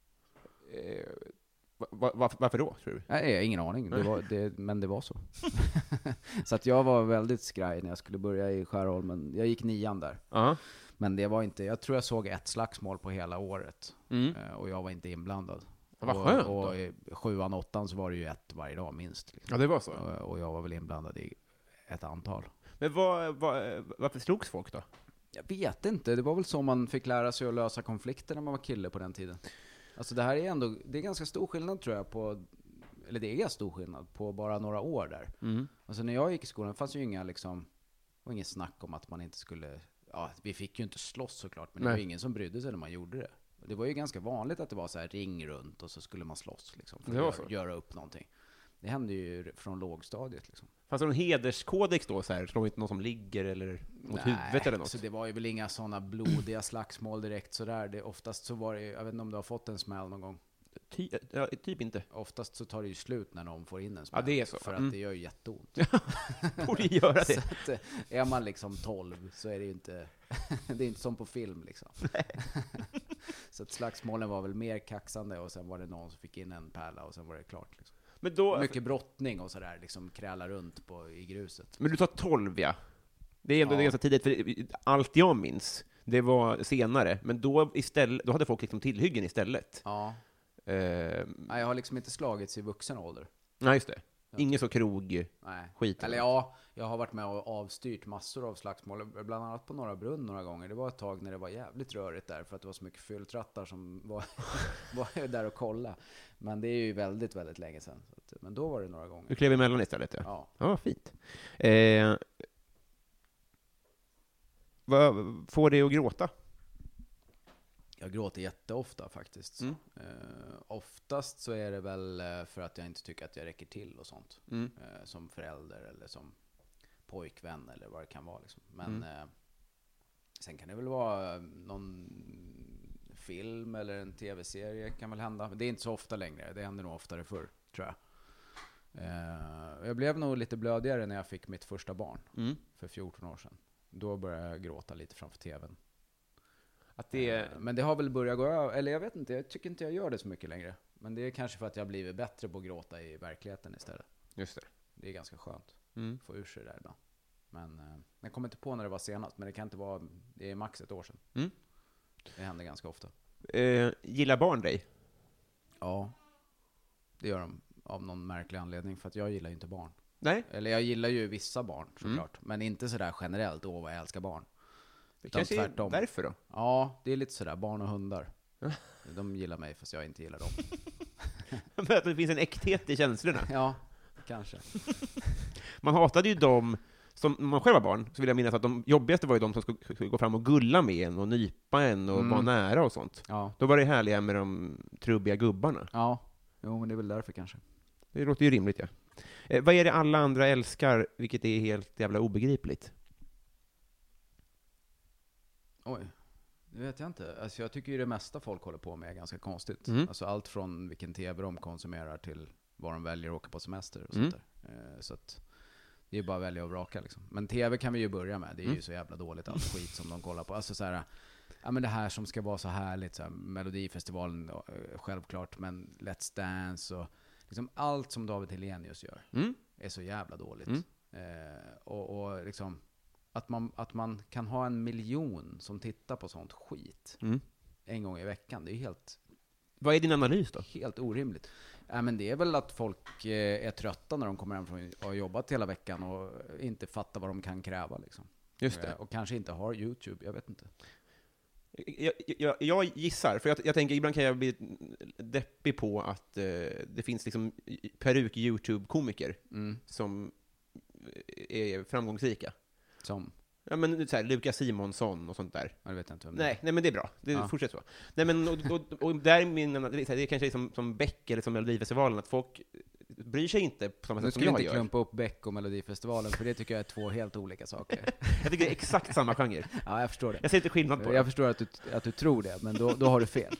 Varför då, tror du? Nej, jag har ingen aning. Men det var så. Så att jag var väldigt skraj när jag skulle börja i Skärholmen. Jag gick 9:an där. Men det var inte, jag tror jag såg ett slagsmål på hela året. Och jag var inte inblandad. Vad skönt. Och i 7:an, 8:an så var det ju ett varje dag minst. Liksom. Ja, det var så. Och jag var väl inblandad i ett antal. Men varför slogs folk då? Jag vet inte. Det var väl så man fick lära sig att lösa konflikter när man var kille på den tiden. Alltså det här är ändå, det är ganska stor skillnad tror jag på, eller det är stor skillnad på bara några år där. Alltså när jag gick i skolan fanns ju inga liksom, och inget snack om att man inte skulle, vi fick ju inte slåss såklart, men det var ingen som brydde sig när man gjorde det. Det var ju ganska vanligt att det var så här ring runt och så skulle man slåss liksom, för att göra upp någonting. Det hände ju från lågstadiet liksom. Fanns det någon hederskodex då, så här, slår inte någon som ligger eller mot huvudet eller något? Så det var ju väl inga sådana blodiga slagsmål direkt sådär. Det, oftast så var det, jag vet inte om du har fått en smäll någon gång. Typ inte. Oftast så tar det ju slut när någon får in en smäll. Ja, det är så. För att det gör ju jätteont. Borde göra det. Så att, är man liksom 12 så är det ju inte, det är inte som på film liksom. Så att slagsmålen var väl mer kaxande, och sen var det någon som fick in en pärla och sen var det klart liksom. Men då, mycket brottning och sådär, liksom kräla runt i gruset. Men du tar 12, ja. Det är ändå ganska tidigt, för allt jag minns, det var senare. Men då hade folk liksom tillhyggen istället. Ja. Nej, jag har liksom inte slagits i vuxen ålder. Nej, just det. Ingen så skit. Eller ja, jag har varit med och avstyrt massor av slagsmål, bland annat på Norra Brunn några gånger. Det var ett tag när det var jävligt rörigt där, för att det var så mycket fylltrattar som var där och kolla. Men det är ju väldigt, väldigt länge sedan. Så att, men då var det några gånger. Du klev emellan istället, ja. Ja, fint. Vad får dig att gråta? Jag gråter jätteofta faktiskt. Oftast så är det väl för att jag inte tycker att jag räcker till och sånt. Som förälder eller som pojkvän eller vad det kan vara liksom. Men Sen kan det väl vara någon film eller en tv-serie kan väl hända. Det är inte så ofta längre. Det händer nog oftare förr, tror jag. Jag blev nog lite blödigare när jag fick mitt första barn för 14 år sedan. Då började jag gråta lite framför tvn. Men det har väl börjat gå över, eller jag vet inte, jag tycker inte jag gör det så mycket längre. Men det är kanske för att jag har blivit bättre på att gråta i verkligheten istället. Just det. Det är ganska skönt att få ur sig det där ibland. Men jag kommer inte på när det var senast, men det kan inte vara, det är max ett år sedan. Det händer ganska ofta. Gillar barn dig? Ja, det gör de av någon märklig anledning, för att jag gillar ju inte barn. Nej. Eller jag gillar ju vissa barn såklart, men inte sådär generellt, vad jag älskar barn. Det kanske är därför då? Ja, det är lite sådär, barn och hundar. De gillar mig fast jag inte gillar dem. För att det finns en äkthet i känslorna. Ja, kanske. Man hatade ju dem, som man själv var barn, så vill jag minnas att de jobbigaste var ju de som skulle gå fram och gulla med en och nypa en och vara nära och sånt. Ja. Då var det härliga med de trubbiga gubbarna. Ja, jo, men det är väl därför kanske. Det låter ju rimligt, ja. Vad är det alla andra älskar, vilket är helt jävla obegripligt? Oj, det vet jag inte. Alltså jag tycker ju det mesta folk håller på med är ganska konstigt. Alltså allt från vilken tv de konsumerar till vad de väljer att åka på semester och sånt där. Så att det är bara att välja och vraka liksom. Men tv kan vi ju börja med. Det är ju så jävla dåligt allt skit som de kollar på. Alltså så här, ja men det här som ska vara så härligt, så här, Melodifestivalen självklart, men Let's Dance och liksom allt som David Hellenius gör är så jävla dåligt. Och liksom att man kan ha 1 miljon som tittar på sånt skit en gång i veckan, det är helt... Vad är din analys då? Helt orimligt. Men det är väl att folk är trötta när de kommer hem från att ha jobbat hela veckan och inte fattar vad de kan kräva liksom. Just det. Och kanske inte har YouTube, jag vet inte. Jag gissar, för jag tänker ibland kan jag bli deppig på att det finns liksom peruk-YouTube-komiker som är framgångsrika. Som? Ja, men så här, Lukas Simonsson och sånt där. Ja, det vet jag inte vem det är. Nej, men det är bra. Det fortsätter så. Nej, men och där det kanske är som Beck eller som Melodifestivalen, att folk bryr sig inte på samma sätt som jag gör. Nu ska inte klumpa upp Beck och Melodifestivalen, för det tycker jag är 2 helt olika saker. Jag tycker det är exakt samma genre. Ja, jag förstår det. Jag ser inte skillnad på det. Jag förstår att du tror det, men då har du fel.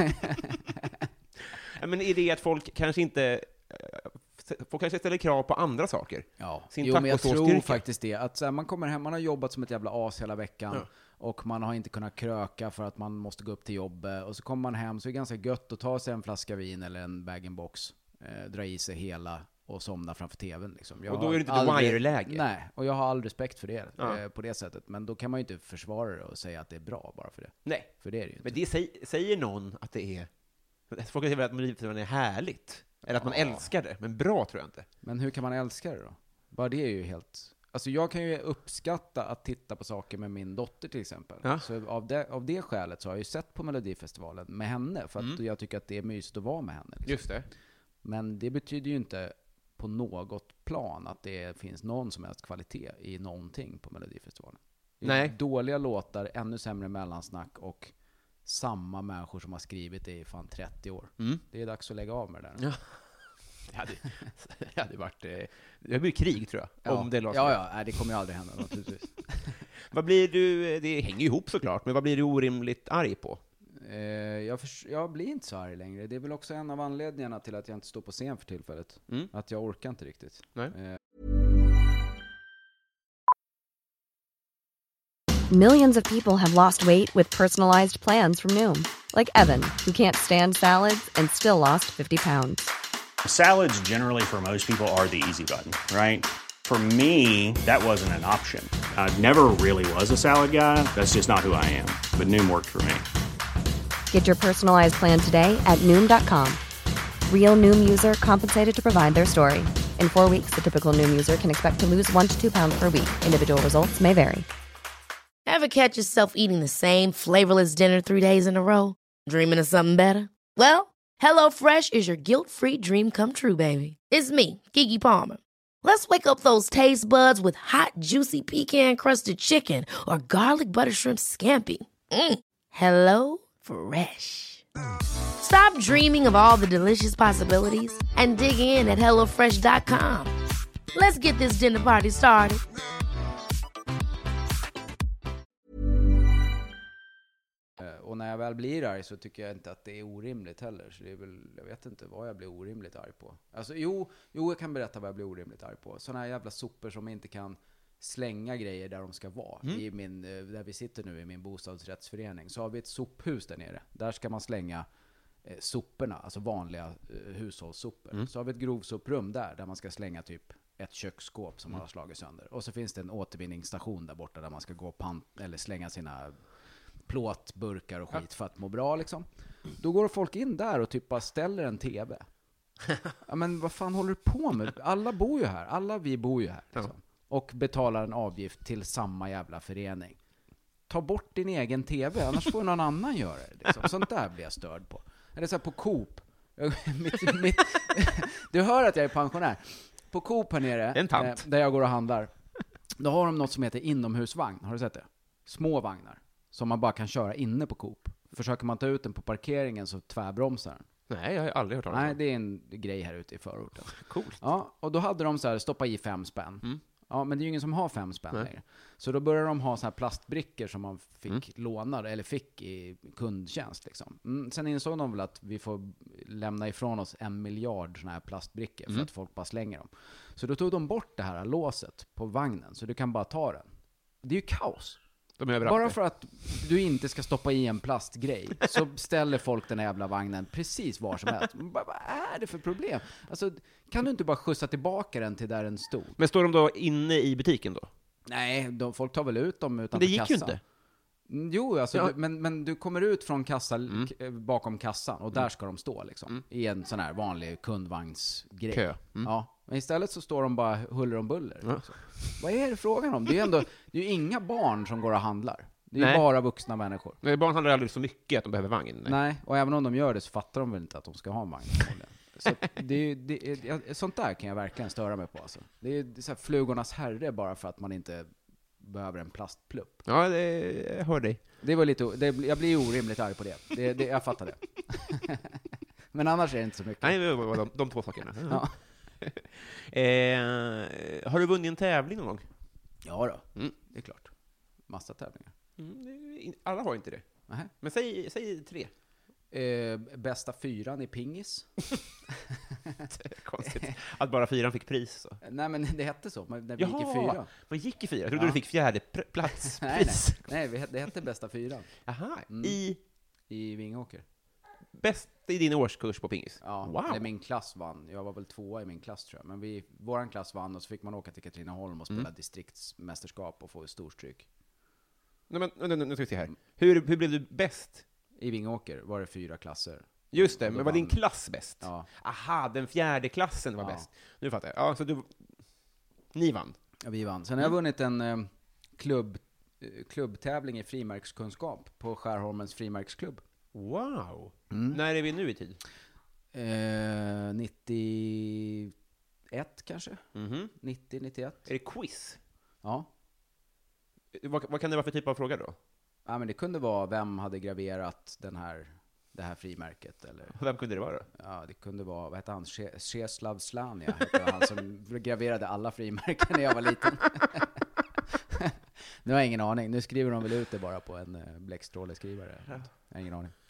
Ja, men är det att folk kanske ställer krav på andra saker? Ja, men jag tror faktiskt det. Att så här, man kommer hem, man har jobbat som ett jävla as hela veckan och man har inte kunnat kröka för att man måste gå upp till jobbet. Och så kommer man hem, så är det ganska gött att ta sig en flaska vin eller en bag-in-box, dra i sig hela och somna framför tvn. Liksom. Och då är det inte The Wire-läge. Nej, och jag har all respekt för det på det sättet. Men då kan man ju inte försvara det och säga att det är bra bara för det. Nej, för det är det ju inte. Men det säger någon att det är... Folk säger väl att Melodifestivalen är härligt. Eller att man älskar det, men bra tror jag inte. Men hur kan man älska det då? Bara det är ju helt... Alltså jag kan ju uppskatta att titta på saker med min dotter till exempel. Ja. Så av det skälet så har jag ju sett på Melodifestivalen med henne. För att jag tycker att det är mysigt att vara med henne. Liksom. Just det. Men det betyder ju inte på något plan att det finns någon som helst kvalitet i någonting på Melodifestivalen. Nej. Dåliga låtar, ännu sämre mellansnack och samma människor som har skrivit det i fan 30 år. Det är dags att lägga av med det där. Ja. Det hade varit... Det blir krig, tror jag. Ja. Om det Nej, det kommer ju aldrig hända, naturligtvis. Vad blir du... Det hänger ju ihop såklart, men vad blir du orimligt arg på? Jag blir inte så arg längre. Det är väl också en av anledningarna till att jag inte står på scen för tillfället. Att jag orkar inte riktigt. Nej. Millions of people have lost weight with personalized plans from Noom. Like Evan, who can't stand salads and still lost 50 pounds. Salads generally for most people are the easy button, right? For me, that wasn't an option. I never really was a salad guy. That's just not who I am. But Noom worked for me. Get your personalized plan today at Noom.com. Real Noom user compensated to provide their story. In 4 weeks, the typical Noom user can expect to lose 1 to 2 pounds per week. Individual results may vary. Ever catch yourself eating the same flavorless dinner 3 days in a row? Dreaming of something better? Well, HelloFresh is your guilt-free dream come true, baby. It's me, Keke Palmer. Let's wake up those taste buds with hot, juicy pecan-crusted chicken or garlic butter shrimp scampi. Hello Fresh. Stop dreaming of all the delicious possibilities and dig in at HelloFresh.com. Let's get this dinner party started. Och när jag väl blir arg så tycker jag inte att det är orimligt heller. Så det är väl, jag vet inte vad jag blir orimligt arg på. Alltså jo, jag kan berätta vad jag blir orimligt arg på. Sådana här jävla sopor som inte kan slänga grejer där de ska vara. I där vi sitter nu i min bostadsrättsförening så har vi ett sophus där nere. Där ska man slänga soporna, alltså vanliga hushållssopor. Så har vi ett grovsoprum där man ska slänga typ ett köksskåp som har slagit sönder. Och så finns det en återvinningsstation där borta där man ska gå eller slänga sina plåtburkar och skit för att må bra liksom. Då går folk in där och typ bara ställer en tv. Ja, men vad fan håller du på med? Alla bor ju här. Alla vi bor ju här liksom. Och betalar en avgift till samma jävla förening. Ta bort din egen tv, annars får någon annan göra det liksom. Sånt där blir jag störd på. Eller så här på Coop. Du hör att jag är pensionär. På Coop här nere, där jag går och handlar, då har de något som heter inomhusvagn. Har du sett det? Små vagnar som man bara kan köra inne på Coop. Försöker man ta ut den på parkeringen så tvärbromsar den. Nej, jag har aldrig hört talas om. Nej, det är en grej här ute i förorten. Coolt. Ja, och då hade de så här, stoppa i 5 spänn. Ja, men det är ju ingen som har 5 spänn längre. Så då började de ha så här plastbrickor som man fick låna eller fick i kundtjänst liksom. Sen insåg de väl att vi får lämna ifrån oss 1 miljard såna här plastbrickor för att folk bara slänger dem. Så då tog de bort det här låset på vagnen så du kan bara ta den. Det är ju kaos. Bara för att du inte ska stoppa i en plastgrej så ställer folk den här jävla vagnen precis var som helst. Vad är det för problem? Alltså, kan du inte bara skjutsa tillbaka den till där den stod? Men står de då inne i butiken då? Nej, folk tar väl ut dem utanför kassan. Det gick ju inte. Jo, alltså, men du kommer ut från bakom kassan och där ska de stå liksom. I en sån här vanlig kundvagnsgrej. Kö. Ja, men istället så står de bara huller om buller. Liksom. Vad är det frågan om? Det är ju inga barn som går och handlar. Det är bara vuxna människor. Men barn handlar aldrig så mycket att de behöver vagn. Nej, och även om de gör det så fattar de väl inte att de ska ha en vagn. Så sånt där kan jag verkligen störa mig på. Alltså. Det är så här flugornas herre bara för att man inte behöver en plastplupp. Ja, jag hör dig. Det var jag blir orimligt arg på det. Jag fattar det. Men annars är det inte så mycket. Nej, de 2 sakerna. Ja. Har du vunnit en tävling någon gång? Ja då, det är klart. Massa tävlingar. Alla har inte det. Nähä. Men säg 3. Bästa 4 i pingis. Konstigt. Att bara 4 fick pris så. Nej, men det hette så. När vi gick i 4. Man gick i 4? Jag trodde du fick 4:e plats. Nej, det hette bästa 4. Aha, i Vingåker. Bäst i din årskurs på pingis? Ja, wow. Eller min klass vann. Jag var väl 2 i min klass tror jag. Men våran klass vann och så fick man åka till Katrineholm och spela distriktsmästerskap och få storstryk. Nej, men nu ska vi se här. Hur blev du bäst? I Vingåker var det 4 klasser. Just det, men var din klass bäst? Ja. Aha, den 4:e klassen var bäst. Nu fattar jag. Ja, så ni vann? Ja, vi vann. Sen har jag vunnit en klubbtävling i frimärkskunskap på Skärholmens frimärksklubb. Wow! När är vi nu i tid? 91 kanske? 90-91. Är det quiz? Ja. Vad kan det vara för typ av fråga då? Ja, men det kunde vara vem hade graverat det här frimärket. Eller, Vem kunde det vara då? Ja, det kunde vara, vad hette han? Czeslaw Slania hette han som graverade alla frimärken när jag var liten. Nu har jag ingen aning. Nu skriver de väl ut det bara på en bläckstråleskrivare. Jag har ingen aning.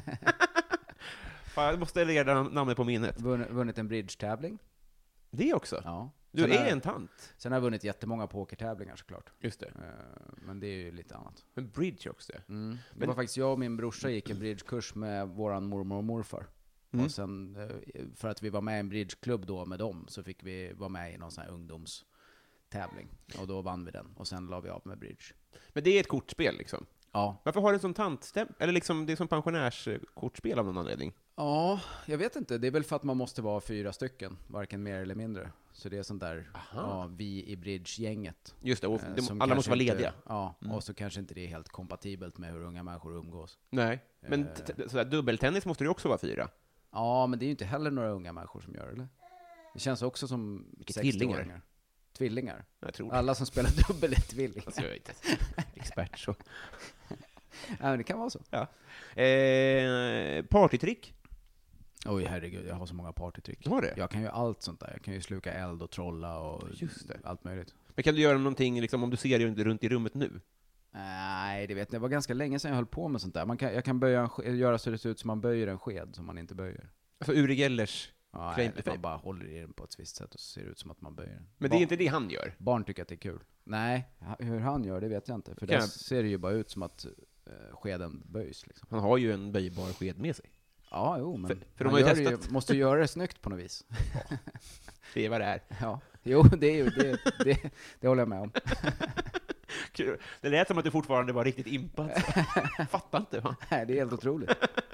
Jag måste lägga namnet på minnet. Vunnit en bridge-tävling. Det också? Ja. Du är en tant. Sen har jag vunnit jättemånga pokertävlingar såklart. Just det. Men det är ju lite annat. Men bridge också. Det var faktiskt jag och min brorsa gick en bridgekurs med våran mormor och morfar. Och sen, för att vi var med i en bridgeklubb då med dem, så fick vi vara med i någon sån här ungdomstävling. Och då vann vi den. Och sen la vi av med bridge. Men det är ett kortspel liksom? Ja. Varför har du en sån tantstäm? Eller liksom, det är som pensionärskortspel av någon anledning? Ja, jag vet inte. Det är väl för att man måste vara 4 stycken, varken mer eller mindre. Så det är sånt där, vi i bridge-gänget. Just det, och alla måste vara lediga. Och så kanske inte det är helt kompatibelt med hur unga människor umgås. Nej, men sådär, dubbeltennis måste det också vara 4. Ja, men det är ju inte heller några unga människor som gör det, eller? Det känns också som 60-åringar. Tvillingar? Jag tror alla som spelar dubbel är tvillingar. Alltså, jag är inte expert så. Ja, men det kan vara så. Ja. Partytrick? Oj, herregud, jag har så många partytrick. Du har det? Jag kan ju allt sånt där. Jag kan ju sluka eld och trolla och just det. Allt möjligt. Men kan du göra någonting liksom, om du ser det runt i rummet nu? Nej, det vet jag. Det var ganska länge sedan jag höll på med sånt där. Jag kan göra så det ser ut som man böjer en sked som man inte böjer. Alltså Uri Gellers claim to fame. Man bara håller i den på ett visst sätt och så ser det ut som att man böjer den. Men det är inte det han gör. Barn tycker att det är kul. Nej, hur han gör det vet jag inte. För det ser det ju bara ut som att skeden böjs liksom. Han har ju en böjbar sked med sig. Ja, jo, men för de har ju testat. Måste göra det snyggt på något vis. Ja. Det är vad det är. Ja, jo, det håller jag med om. Det lät som att du fortfarande var riktigt impad. Fattar inte, va? Nej, det är helt otroligt.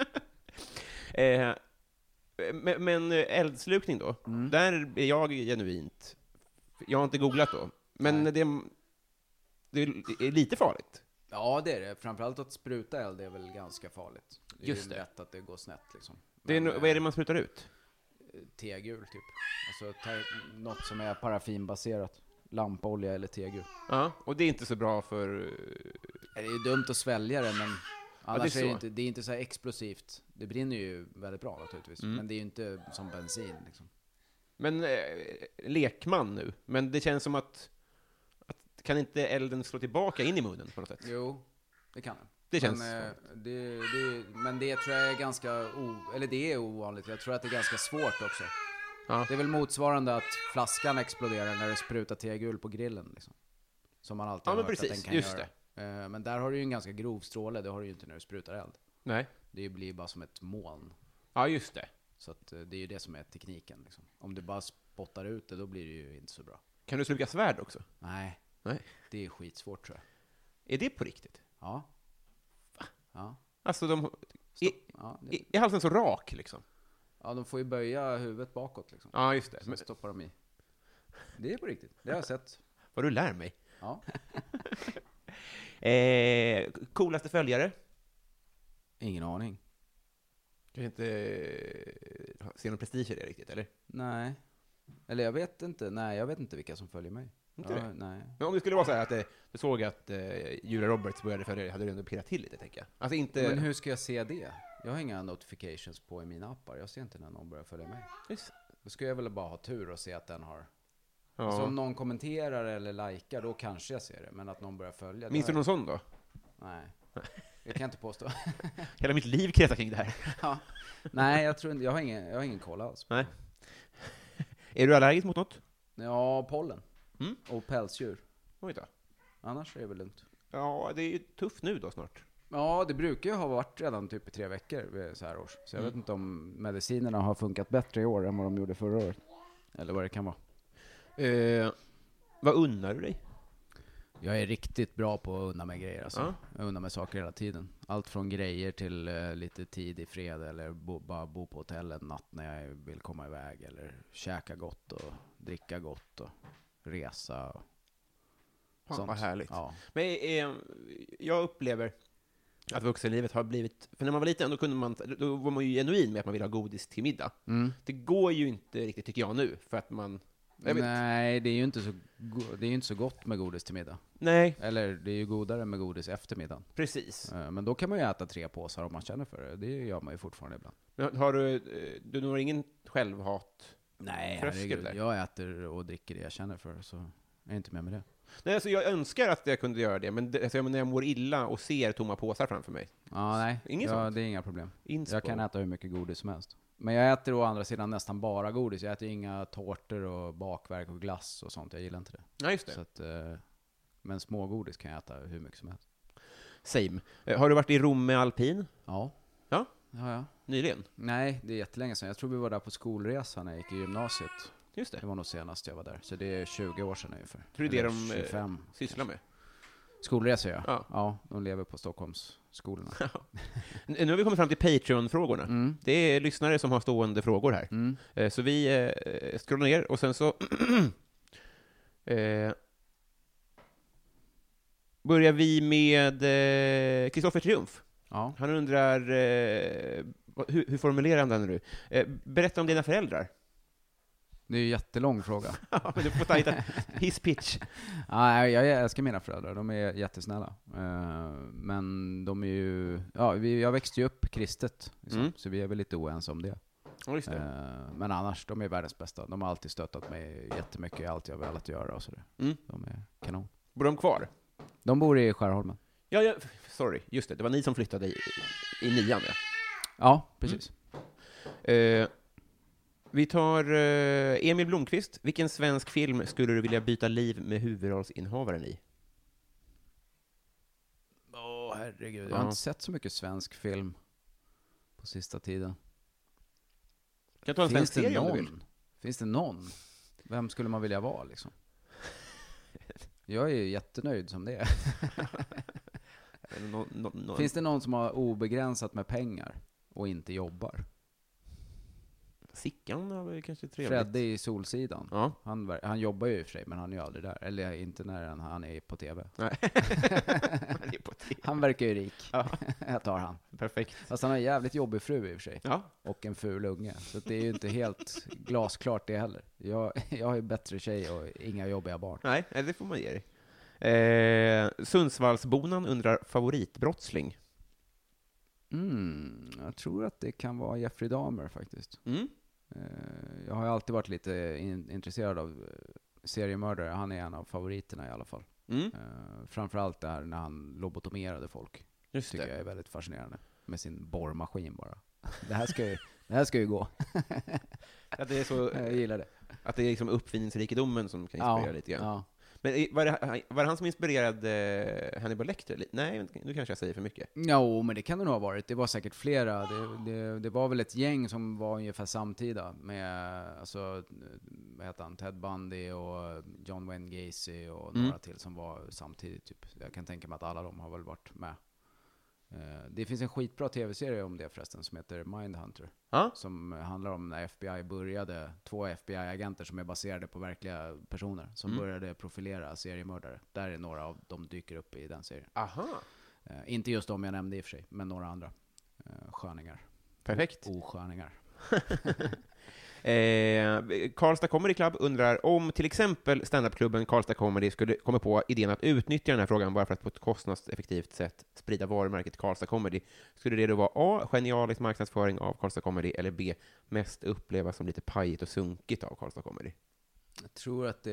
Men eldslukning då? Där är jag genuint. Jag har inte googlat då. Men det är lite farligt. Ja, det är det. Framförallt att spruta eld är väl ganska farligt. Det är Just ju det. lätt att det går snett liksom. Vad är det man sprutar ut? Tegul typ. Alltså något som är parafinbaserat. Lampolja eller tegul. Ja, och det är inte så bra för... Det är dumt att svälja det, men annars det är det är inte så här explosivt. Det brinner ju väldigt bra naturligtvis. Men det är ju inte som bensin liksom. Men lekman nu. Men det känns som att kan inte elden slå tillbaka in i munnen på något sätt? Jo, det kan den. Det känns men det tror jag är ganska det är ovanligt. Jag tror att det är ganska svårt också. Ja. Det är väl motsvarande att flaskan exploderar när du sprutar tegul på grillen liksom. Som man alltid har hört precis, att den kan just göra. Det. Men där har du ju en ganska grov stråle. Det har du ju inte när du sprutar eld. Nej. Det blir bara som ett moln. Ja, just det. Så att det är ju det som är tekniken liksom. Om du bara spottar ut det, då blir det ju inte så bra. Kan du sluka svärd också? Nej. Nej. Det är skitsvårt tror jag. Är det på riktigt? Ja. Ja. Alltså är halsen så rak liksom? Ja, de får ju böja huvudet bakåt liksom. Ja, just det. Så stoppar de i. Det är på riktigt. Det har jag sett. Vad du lär mig. Ja. Coolaste följare? Ingen aning. Kanske inte ser någon prestige i det riktigt, eller? Nej. Eller jag vet inte. Nej, jag vet inte vilka som följer mig. Inte det? Nej. Men om det skulle vara så här att du såg att Julia Roberts började följa dig, hade du ändå pirrat till lite, tänker jag. Alltså inte... Men hur ska jag se det? Jag har inga notifications på i mina appar. Jag ser inte när någon börjar följa mig. Just. Då ska jag väl bara ha tur och se att den har... Ja. Alltså om någon kommenterar eller likar, då kanske jag ser det. Men att någon börjar följa... Minns du någon sån då? Nej. Det kan jag inte påstå. Hela mitt liv kretsar kring det här. Ja. Nej, jag tror inte... Jag har ingen koll alls. Nej. Är du allergisk mot något? Ja, pollen. Och pälsdjur. Oj då. Annars är det väl lugnt. Ja, det är ju tufft nu då snart. Ja, det brukar ju ha varit redan typ i 3 veckor så här års. Så jag vet inte om medicinerna har funkat bättre i år än vad de gjorde förra året. Eller vad det kan vara. Vad unnar du dig? Jag är riktigt bra på att unna mig grejer alltså. Ja. Jag unnar mig saker hela tiden. Allt från grejer till lite tid i fred eller bara bo på hotell en natt när jag vill komma iväg. Eller käka gott och dricka gott och resa och sånt. Vad härligt. Ja. Men jag upplever att vuxenlivet har blivit... För när man var liten då var man ju genuin med att man ville ha godis till middag. Det går ju inte riktigt, tycker jag nu, för att man... Nej, det är ju inte så gott med godis till middag. Nej. Eller det är ju godare med godis efter middagen. Precis. Men då kan man ju äta 3 påsar om man känner för det. Det gör man ju fortfarande ibland. Men har du har ingen självhat? Nej, tröskel där? Jag äter och dricker det jag känner för, så är jag inte med det. Nej, alltså jag önskar att jag kunde göra det, men när jag mår illa och ser tomma påsar framför mig. Ja, nej. Sånt. Det är inga problem. Inspo. Jag kan äta hur mycket godis som helst. Men jag äter å andra sidan nästan bara godis. Jag äter inga tårtor och bakverk och glass och sånt. Jag gillar inte det. Ja, just det. Så att, men smågodis kan jag äta hur mycket som helst. Same. Har du varit i Rom med alpin? Ja. Ja? Ja. Nyligen? Nej, det är jättelänge sedan. Jag tror vi var där på skolresan när jag gick i gymnasiet. Just det. Det var nog senast jag var där. Så det är 20 år sedan ungefär. Tror du det de 25 sysslar med? Skolresor, ja. Ja, de lever på Stockholmsskolorna. Nu har vi kommit fram till Patreon-frågorna. Det är lyssnare som har stående frågor här. Så vi scrollar ner och sen så börjar vi med Kristoffer Triumf. Ja. Han undrar, hur formulerar han den nu? Berätta om dina föräldrar. Det är ju en jättelång fråga. Ja, men du får ta his pitch. Ja, jag älskar mina föräldrar. De är jättesnälla. Men de är ju... Ja, jag växte ju upp kristet. Liksom, så vi är väl lite oense om det. Ja, just det. Men annars, de är världens bästa. De har alltid stöttat mig jättemycket i allt jag velat göra och sådär. De är kanon. Bor de kvar? De bor i Skärholmen. Ja, sorry, just det. Det var ni som flyttade i 9:an, ja. Ja, precis. Vi tar Emil Blomqvist. Vilken svensk film skulle du vilja byta liv med huvudrollsinnehavaren i? Herregud. Jag har inte sett så mycket svensk film på sista tiden. Kan jag ta en svensk serie om du vill? Finns det någon? Vem skulle man vilja vara liksom? Jag är ju jättenöjd som det är. Finns det någon som har obegränsat med pengar och inte jobbar? Sickan är kanske trevligt. Fredde i Solsidan. Ja. Han jobbar ju i och för sig, men han är ju aldrig där. Eller inte när han är på TV. Nej. Han är på TV. Han verkar ju rik. Ja. Jag tar han. Perfekt. Fast han har en jävligt jobbig fru i och för sig. Ja. Och en ful unge. Så det är ju inte helt glasklart det heller. Jag har ju bättre tjej och inga jobbiga barn. Nej, det får man ge dig. Sundsvallsbonan undrar favoritbrottsling. Jag tror att det kan vara Jeffrey Dahmer faktiskt. Jag har ju alltid varit lite intresserad av seriemördare. Han är en av favoriterna i alla fall. Framförallt där när han lobotomerade folk. Just tycker det. jag är väldigt fascinerande. Med sin borrmaskin bara. Det här ska ju gå. Att det är så, jag gillar det. att det är liksom uppfinningsrikedomen som kan inspirera lite grann. Ja. Men var det han som inspirerade Hannibal Lecter? Nej, nu kanske jag säger för mycket. Jo, men det kan det nog ha varit. Det var säkert flera. Det var väl ett gäng som var ungefär samtida med, alltså, vad heter han? Ted Bundy och John Wayne Gacy och några till som var samtidigt. Typ. Jag kan tänka mig att alla de har väl varit med. Det finns en skitbra tv-serie om det förresten som heter Mindhunter. Som handlar om när FBI började, 2 FBI-agenter som är baserade på verkliga personer som började profilera seriemördare. Där är några av dem dyker upp i den serien. Aha. Inte just de jag nämnde i och för sig, men några andra sköningar. Perfekt. Osköningar. Karlstad Comedy Club undrar om till exempel standupklubben Karlstad Comedy skulle komma på idén att utnyttja den här frågan bara för att på ett kostnadseffektivt sätt sprida varumärket Karlstad Comedy. Skulle det då vara A. Genialisk marknadsföring av Karlstad Comedy eller B. Mest upplevas som lite pajigt och sunkigt av Karlstad Comedy? Jag tror att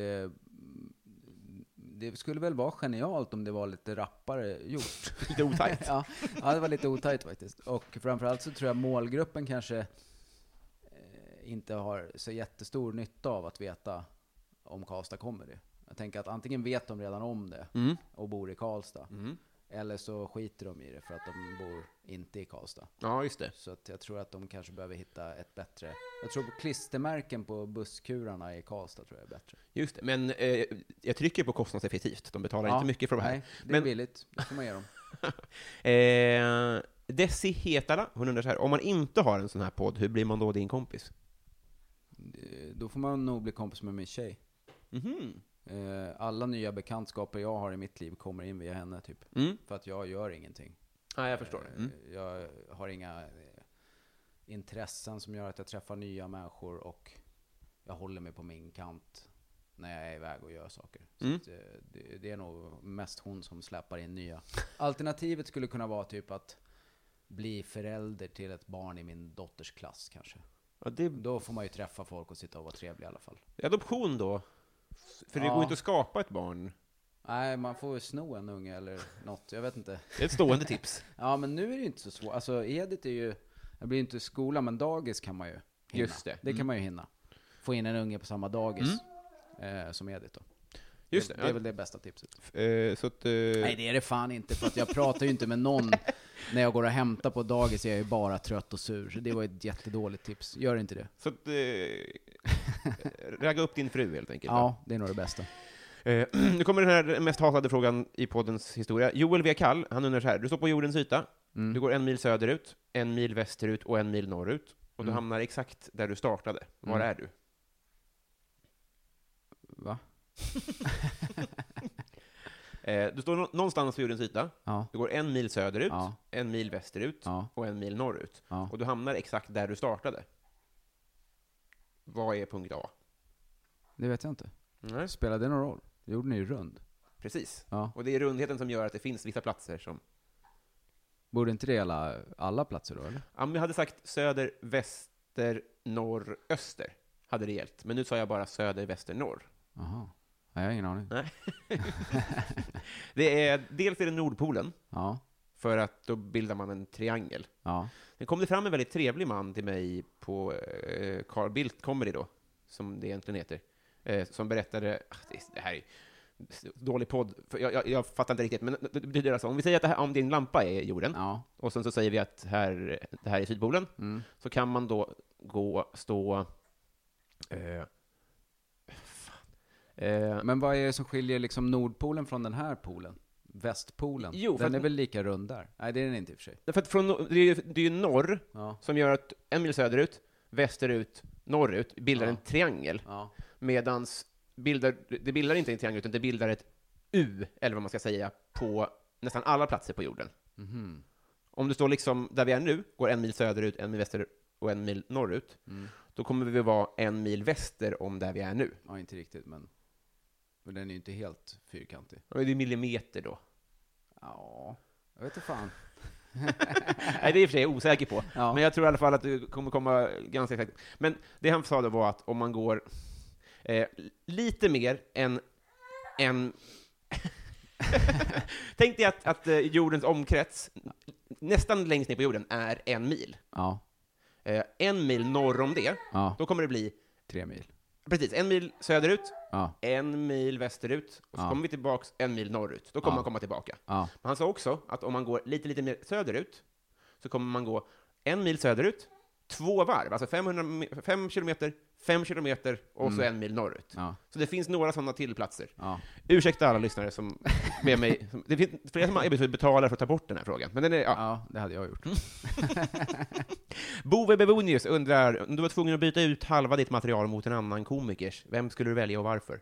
det skulle väl vara genialt om det var lite rappare gjort. Lite otajt. Ja, det var lite otajt faktiskt. Och framförallt så tror jag målgruppen kanske inte har så jättestor nytta av att veta om Karlstad Comedy. Jag tänker att antingen vet de redan om det och bor i Karlstad. Eller så skiter de i det för att de bor inte i Karlstad. Ja, just det. Så att jag tror att de kanske behöver hitta ett bättre... Jag tror på klistermärken på busskurarna i Karlstad tror jag är bättre. Just det, men jag trycker på kostnadseffektivt. De betalar inte mycket för de här. Nej, det är billigt. Det får man ge dem. Desi Hetala, hon undrar så här, om man inte har en sån här podd, hur blir man då din kompis? Då får man nog bli kompis med min tjej. Alla nya bekantskaper jag har i mitt liv kommer in via henne typ. För att jag gör ingenting. Ja, jag förstår. Jag har inga intressen som gör att jag träffar nya människor och jag håller mig på min kant när jag är iväg och gör saker. Så att, det är nog mest hon som släpper in nya. Alternativet skulle kunna vara typ att bli förälder till ett barn i min dotters klass kanske. Ja, då får man ju träffa folk och sitta och vara trevlig i alla fall. Adoption då? För det går inte att skapa ett barn. Nej, man får sno en unge eller något, jag vet inte. Det är ett stående tips. Ja, men nu är det ju inte så svårt. Alltså, Edith är ju, det blir inte skola, men dagis kan man ju hinna. Just det. Det kan man ju hinna. Få in en unge på samma dagis som Edith då. Just det. Det är väl det bästa tipset. Så att, Nej, det är det fan inte, för att jag pratar ju inte med någon när jag går och hämtar på dagis. Jag är ju bara trött och sur, så det var ett jättedåligt tips. Gör inte det. Så att, ragga upp din fru helt enkelt. Ja, det är nog det bästa. Nu kommer den här mest hatade frågan i poddens historia. Joel V. Kall, han undrar så här. Du står på jordens yta. Du går 1 mil söderut, 1 mil västerut och 1 mil norrut. Och du hamnar exakt där du startade. Var är du? Va? Du står någonstans på jordens yta. Ja. Du går 1 mil söderut, 1 mil västerut och 1 mil norrut. Och du hamnar exakt där du startade. Vad är punkt A? Det vet jag inte. Nej. Spelar det någon roll? Det gjorde ni ju rund. Precis. Ja. Och det är rundheten som gör att det finns vissa platser som... Borde inte det gälla alla platser då, eller? Ja, men jag hade sagt söder, väster, norr, öster. Hade det gällt. Men nu sa jag bara söder, väster, norr. Aha. Jag har ingen aning. Nej. Dels är det Nordpolen, Ja. för att då bildar man en triangel. Ja. Sen kom det fram en väldigt trevlig man till mig på Carl Bildt Comedy då, som det egentligen heter, som berättade, det här är dålig podd, för jag fattar inte riktigt, men det betyder alltså, om vi säger att det här, om din lampa är jorden, Ja. och sen så säger vi att det här är Sydpolen, så kan man då stå... Men vad är det som skiljer liksom Nordpolen från den här polen? Västpolen? Jo, för den är att- väl lika rund där? Nej, det är den inte i och för sig. För att det är ju norr Ja. som gör att 1 mil söderut, västerut, norrut bildar en triangel, Ja. medans det bildar inte en triangel, utan det bildar ett U, eller vad man ska säga, på nästan alla platser på jorden. Mhm. Om du står liksom där vi är nu, går 1 mil söderut, 1 mil västerut och 1 mil norrut, då kommer vi vara 1 mil väster om där vi är nu. Ja, inte riktigt, men den är ju inte helt fyrkantig. Och det är millimeter då. Ja, jag vet inte fan. Nej, det är i och för sig jag osäker på. Ja. Men jag tror i alla fall att det kommer komma ganska exakt. Men det han sa då var att om man går lite mer än en... Tänk dig att jordens omkrets, nästan längst ner på jorden, är 1 mil. Ja. 1 mil norr om det, Ja. då kommer det bli... 3 mil. Precis, 1 mil söderut, Ja. 1 mil västerut, och så Ja. kommer vi tillbaks 1 mil norrut. Då kommer Ja. man komma tillbaka. Ja. Men han sa också att om man går lite mer söderut, så kommer man gå 1 mil söderut, 2 varv, alltså 5 kilometer, 5 kilometer och så 1 mil norrut. Ja. Så det finns några sådana till platser. Ja. Ursäkta alla lyssnare som ber mig... Det finns flera som har erbjudit sig att betala för att ta bort den här frågan. Men den är... Ja. Ja, det hade jag gjort. Bove Bevonius undrar, om du var tvungen att byta ut halva ditt material mot en annan komikers, vem skulle du välja och varför?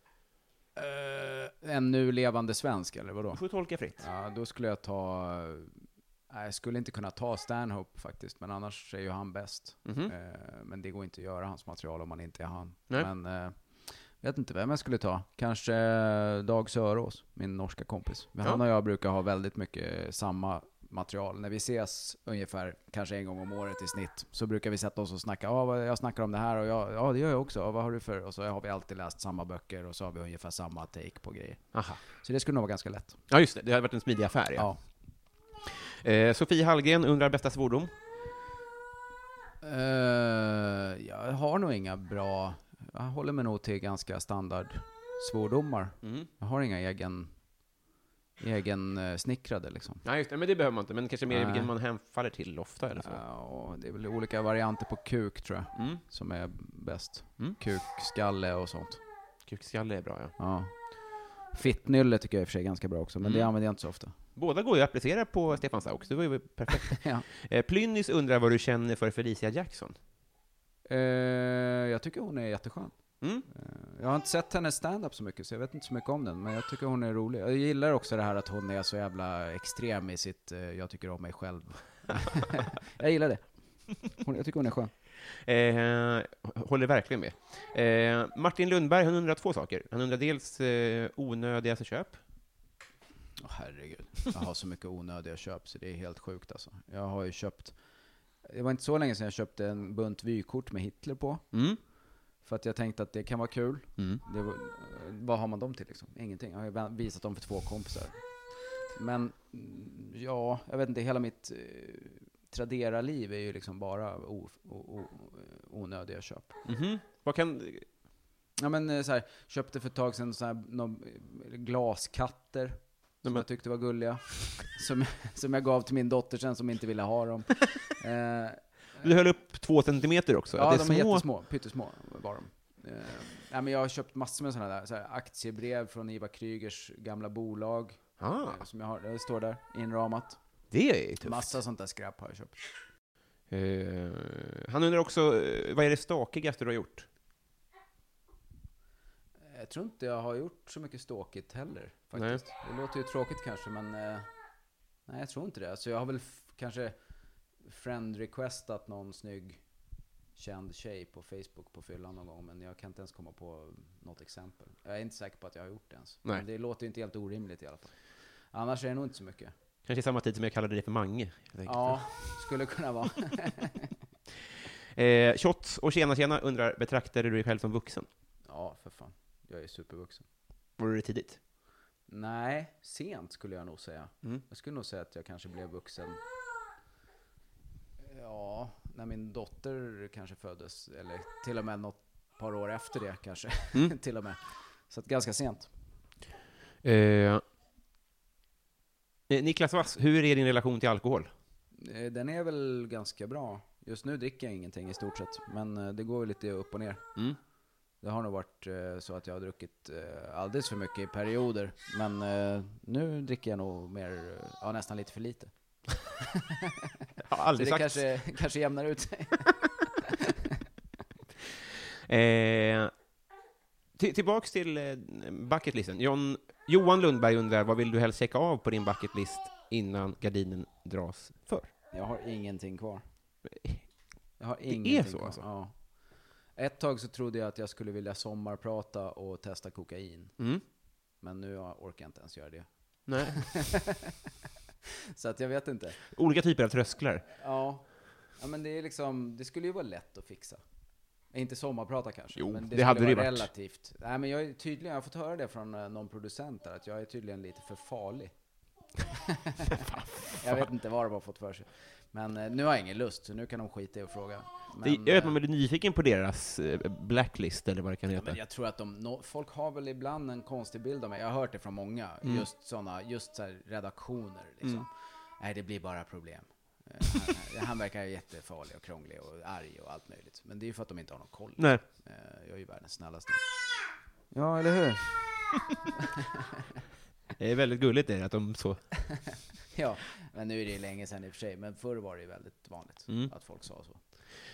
En nu levande svensk, eller vadå? Du får tolka fritt. Ja, då skulle jag ta... Nej, jag skulle inte kunna ta Stanhope faktiskt, men annars är ju han bäst. Men det går inte att göra hans material om man inte är han. Nej. Men vet inte vem jag skulle ta. Kanske Dag Sörås, min norska kompis. Men han och jag brukar ha väldigt mycket samma material. När vi ses ungefär, kanske en gång om året i snitt, så brukar vi sätta oss och snacka. Jag snackar om det här och det gör jag också. Vad har du för? Och så har vi alltid läst samma böcker och så har vi ungefär samma take på grejer. Aha. Så det skulle nog vara ganska lätt. Ja, just det. Det har varit en smidig affär, ja. Sofie Hallgren undrar bästa svordom. Jag har nog inga bra... Jag håller mig nog till ganska standard svordomar. Jag har inga egen snickrade liksom. Nej, just det. Men det behöver man inte. Men kanske mer Nej. vilken man hemfaller till ofta eller så. Ja, det är väl olika varianter på kuk, tror jag, som är bäst. Kuk, skalle och sånt. Kukskalle är bra, ja. Ja. Fittnylle tycker jag i och för sig är ganska bra också, men det använder jag inte så ofta. Båda går ju att applicera på Stefan Sauk, det var ju perfekt. Plynnis undrar vad du känner för Felicia Jackson. Jag tycker hon är jätteskön. Mm. Jag har inte sett hennes stand-up så mycket, så jag vet inte så mycket om den, men jag tycker hon är rolig. Jag gillar också det här att hon är så jävla extrem i sitt jag tycker om mig själv. Jag gillar det. Jag tycker hon är skön. Håller verkligen med. Martin Lundberg, han undrar 2 saker. Han undrar dels onödigaste köp. Herregud, jag har så mycket onödiga köp så det är helt sjukt alltså. Jag har ju köpt, det var inte så länge sedan jag köpte en bunt vykort med Hitler på. För att jag tänkte att det kan vara kul. Vad har man dem till liksom? Ingenting. Jag har visat dem för 2 kompisar. Men ja, jag vet inte, hela mitt Tradera-liv är ju liksom bara onödiga köp. Vad kan... Ja, men så här, köpte för ett tag sedan så här, glaskatter som jag tyckte var gulliga. som jag gav till min dotter sen, som inte ville ha dem. Du höll upp 2 centimeter också. Ja, att det de är jättesmå, pyttesmå var de. Men jag har köpt massor med sådana där så här, aktiebrev från Ivar Krygers gamla bolag. Som jag har, det står där inramat. Det är tufft. Massa sånt där skräp har jag köpt. Han undrar också, vad är det stakigaste du har gjort? Jag tror inte jag har gjort så mycket ståkigt heller faktiskt. Nej. Det låter ju tråkigt kanske, men nej, jag tror inte det. Så jag har väl kanske friend-requestat någon snygg känd tjej på Facebook på fyllan någon gång, men jag kan inte ens komma på något exempel. Jag är inte säker på att jag har gjort det ens. Nej. Men det låter ju inte helt orimligt i alla fall. Annars är det nog inte så mycket. Kanske i samma tid som jag kallade dig för Mange. Ja, skulle kunna vara. Shots och tjena undrar, betraktar du dig själv som vuxen? Ja, för fan. Jag är supervuxen. Var det tidigt? Nej, sent skulle jag nog säga. Mm. Jag skulle nog säga att jag kanske blev vuxen. Ja, när min dotter kanske föddes. Eller till och med något par år efter det kanske. Till och med. Så att ganska sent. Niklas Wass, hur är din relation till alkohol? Den är väl ganska bra. Just nu dricker jag ingenting i stort sett. Men det går väl lite upp och ner. Mm. Det har nog varit så att jag har druckit alldeles för mycket i perioder. Men nu dricker jag nog mer, nästan lite för lite. Jag har aldrig så det sagt. kanske jämnar ut sig. Tillbaks till bucketlisten. Johan Lundberg undrar, vad vill du helst checka av på din bucketlist innan gardinen dras för? Jag har ingenting kvar. Jag har Det ingenting är så kvar. alltså? Ja. Ett tag så trodde jag att jag skulle vilja sommarprata och testa kokain. Mm. Men nu orkar jag inte ens göra det. Nej. Så att jag vet inte. Olika typer av trösklar. Ja, men det är liksom, det skulle ju vara lätt att fixa. Inte sommarprata kanske. Jo, men det hade skulle det vara varit. relativt. Nej, men jag har fått höra det från någon producent där, att jag är tydligen lite för farlig. Jag vet inte vad de har fått för sig. Men nu har jag ingen lust, så nu kan de skita i och fråga. Men, Jag vet, man är nyfiken på deras blacklist, eller vad det kan heta. men jag tror att folk har väl ibland en konstig bild av mig. Jag har hört det från många. Just så här redaktioner liksom. Nej, det blir bara problem. Han verkar jättefarlig och krånglig och arg och allt möjligt. Men det är ju för att de inte har någon koll. Nej. Jag är ju världens snällaste. Ja, eller hur? Det är väldigt gulligt det, att de så... Ja, men nu är det länge sedan i och för sig. Men förr var det ju väldigt vanligt att folk sa så.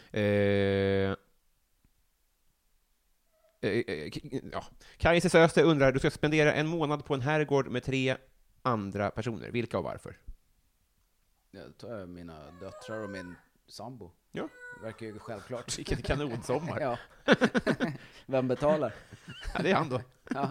Kajse Söster undrar, du ska spendera en månad på en herrgård med 3 andra personer. Vilka och varför? Jag tar mina döttrar och min sambo. Ja. Verkar ju självklart. Vilken kanonsommar. Ja. Vem betalar? Ja, det är han då. Ja.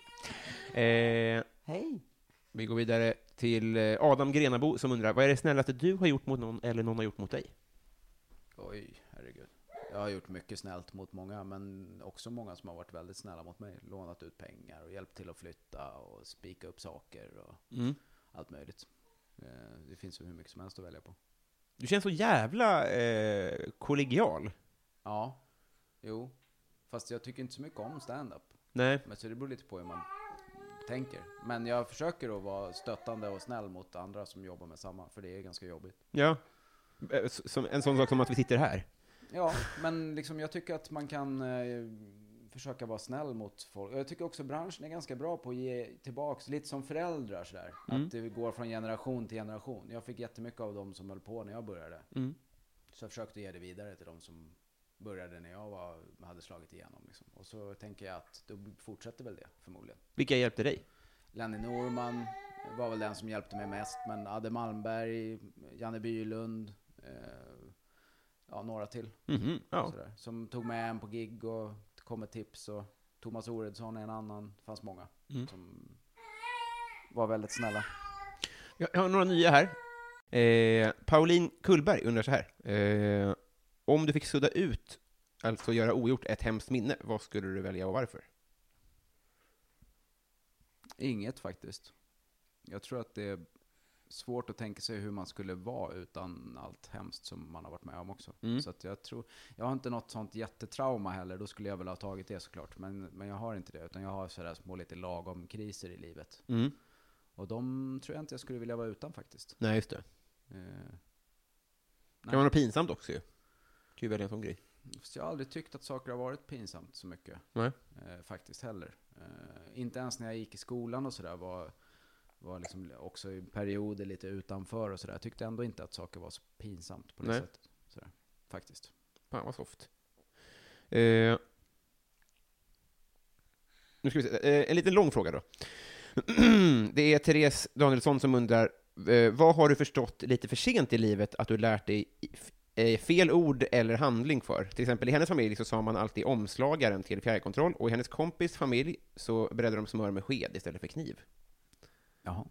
Hej. Vi går vidare till Adam Grenabo som undrar, vad är det snällaste du har gjort mot någon eller någon har gjort mot dig? Oj, herregud. Jag har gjort mycket snällt mot många, men också många som har varit väldigt snälla mot mig. Lånat ut pengar och hjälpt till att flytta och spika upp saker och allt möjligt. Det finns ju hur mycket som helst att välja på. Du känns så jävla kollegial. Ja, jo. Fast jag tycker inte så mycket om stand-up. Nej. Men så det beror lite på hur man tänker. Men jag försöker att vara stöttande och snäll mot andra som jobbar med samma, för det är ganska jobbigt. Ja. Som en sån sak som att vi sitter här. Ja, men liksom jag tycker att man kan försöka vara snäll mot folk. Jag tycker också branschen är ganska bra på att ge tillbaks, lite som föräldrar sådär. Att det går från generation till generation. Jag fick jättemycket av dem som höll på när jag började. Så jag försökte ge det vidare till dem som började när jag hade slagit igenom liksom. Och så tänker jag att då fortsätter väl det förmodligen. Vilka hjälpte dig? Lenny Norman var väl den som hjälpte mig mest, men Adde Malmberg, Janne Bylund, några till. Ja. Sådär. Som tog med en på gig och kom med tips, och Thomas Oredsson är en annan. Det fanns många som var väldigt snälla. Jag har några nya här. Pauline Kullberg undrar så här. Om du fick sudda ut, alltså göra ogjort, ett hemskt minne, vad skulle du välja och varför? Inget faktiskt. Jag tror att det är svårt att tänka sig hur man skulle vara utan allt hemskt som man har varit med om också. Så att jag har inte något sånt jättetrauma heller, då skulle jag väl ha tagit det såklart. Men jag har inte det, utan jag har sådär små lite lagom kriser i livet. Och de tror jag inte jag skulle vilja vara utan faktiskt. Nej, just det. Kan vara något pinsamt också ju. Kan ju välja en sån grej. Fast jag har aldrig tyckt att saker har varit pinsamt så mycket. Nej. Faktiskt heller. Inte ens när jag gick i skolan och sådär var liksom också i perioder lite utanför och sådär. Jag tyckte ändå inte att saker var så pinsamt på det sättet. Sådär. Faktiskt. Fan vad soft. Nu ska vi se. En liten lång fråga då. Det är Therese Danielsson som undrar, vad har du förstått lite för sent i livet att du lärt dig fel ord eller handling för? Till exempel i hennes familj så sa man alltid omslagaren till fjärrkontroll, och i hennes kompis familj så beredde de smör med sked istället för kniv. Jaha.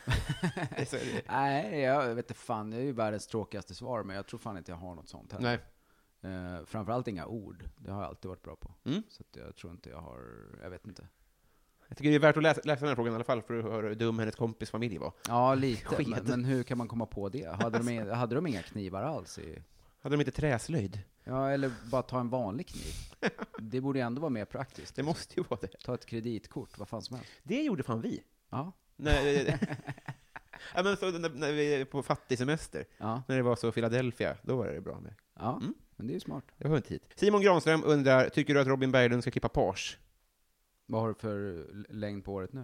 Nej, jag vet inte fan. Det är ju världens tråkigaste svar, men jag tror fan inte jag har något sånt heller. Nej. Framförallt inga ord. Det har jag alltid varit bra på. Så att jag tror inte jag har, jag vet inte. Jag tycker det är värt att läsa den här frågan i alla fall för att höra hur dum hennes kompis familj var. Ja, lite. Sked. Men hur kan man komma på det? Hade de inga knivar alls i... Hade de inte träslöjd? Ja, eller bara ta en vanlig kniv. Det borde ju ändå vara mer praktiskt. Det måste ju vara det. Ta ett kreditkort, vad fan som helst. Det gjorde fan vi. Ja. Ja, men så när vi är på fattigsemester, Ja. när det var så Philadelphia, då var det bra med. Ja, men det är ju smart. Det var en tid. Simon Granström undrar, tycker du att Robin Berglund ska klippa page? Vad har du för längd på året nu?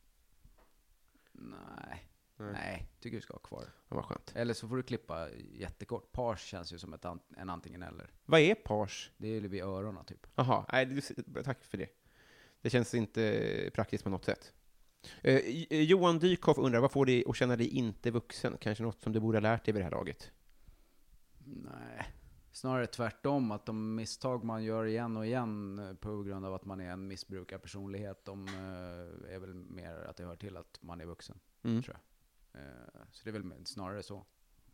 Nej, tycker du ska ha kvar. Det var skönt. Eller så får du klippa jättekort. Page känns ju som en antingen eller. Vad är page? Det är ju vid öronen typ. Jaha, nej, tack för det. Det känns inte praktiskt på något sätt. Johan Dykhoff undrar, vad får dig att känna dig inte vuxen? Kanske något som du borde ha lärt dig vid det här laget? Nej, snarare tvärtom. Att de misstag man gör igen och igen på grund av att man är en missbrukarpersonlighet, de är väl mer att det hör till att man är vuxen, tror jag. Så det är väl snarare så.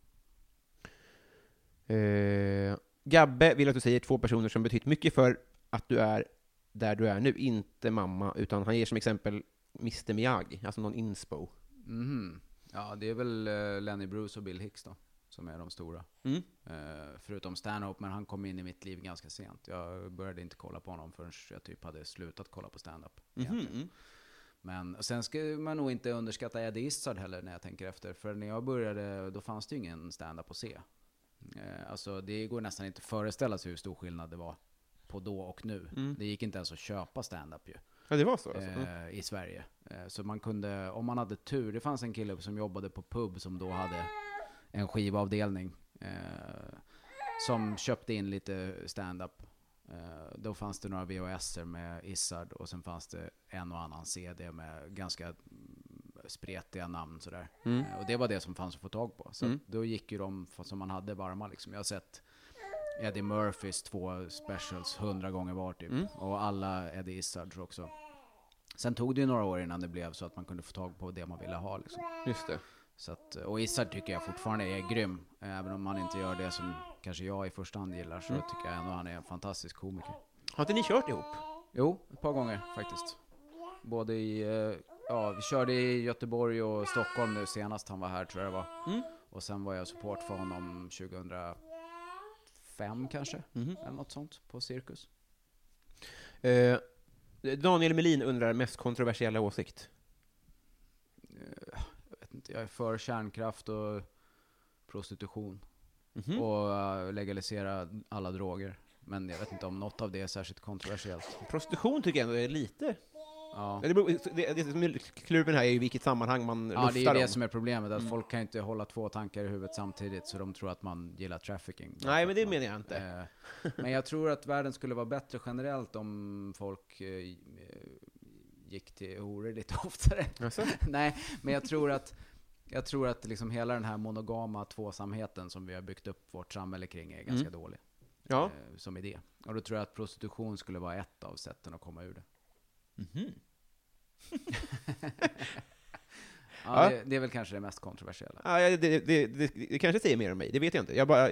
Gabbe vill att du säger 2 personer som betytt mycket för att du är där du är nu. Inte mamma, utan han ger som exempel Mr. Miyagi, alltså någon inspo. Ja, det är väl Lenny Bruce och Bill Hicks då, som är de stora. Förutom stand-up, men han kom in i mitt liv ganska sent. Jag började inte kolla på honom förrän jag typ hade slutat kolla på stand-up. Men sen ska man nog inte underskatta Eddie Izzard heller när jag tänker efter. För när jag började, då fanns det ju ingen stand-up att se. Alltså det går nästan inte att föreställa sig hur stor skillnad det var på då och nu. Det gick inte ens att köpa stand-up ju. Ja, det var så alltså. I Sverige. Så man kunde, om man hade tur, det fanns en kille som jobbade på pub som då hade en skivavdelning som köpte in lite stand-up. Då fanns det några VHSer med Izzard och sen fanns det en och annan CD med ganska spretiga namn sådär. Och det var det som fanns att få tag på. Så då gick ju de som man hade varma liksom. Jag har sett Eddie Murphys 2 specials 100 gånger var typ. Och alla Eddie Izzards också. Sen tog det ju några år innan det blev så att man kunde få tag på det man ville ha liksom. Just det. Så att, och Izzard tycker jag fortfarande är grym. Även om man inte gör det som kanske jag i första hand gillar, så tycker jag ändå han är en fantastisk komiker. Har inte ni kört ihop? Jo, ett par gånger faktiskt. Både i, vi körde i Göteborg och Stockholm nu senast han var här, tror jag det var. Och sen var jag support för honom 2005 kanske, eller något sånt, på Cirkus. Daniel Melin undrar, mest kontroversiella åsikt? Jag är för kärnkraft och prostitution. Och legalisera alla droger. Men jag vet inte om något av det är särskilt kontroversiellt. Prostitution tycker jag ändå är lite... Ja. Det som är kluven här är ju vilket sammanhang man luftar om. Det är ju det som är problemet. Att folk kan inte hålla 2 tankar i huvudet samtidigt, så de tror att man gillar trafficking. Nej, men det menar jag inte. Men jag tror att världen skulle vara bättre generellt om folk gick till horor lite oftare. Alltså? Nej, men jag tror att liksom hela den här monogama tvåsamheten som vi har byggt upp vårt samhälle kring är ganska dålig. Ja. Som idé. Och då tror jag att prostitution skulle vara ett av sätten att komma ur det. Det är väl kanske det mest kontroversiella. Ja, det kanske säger mer om mig, det vet jag inte. Jag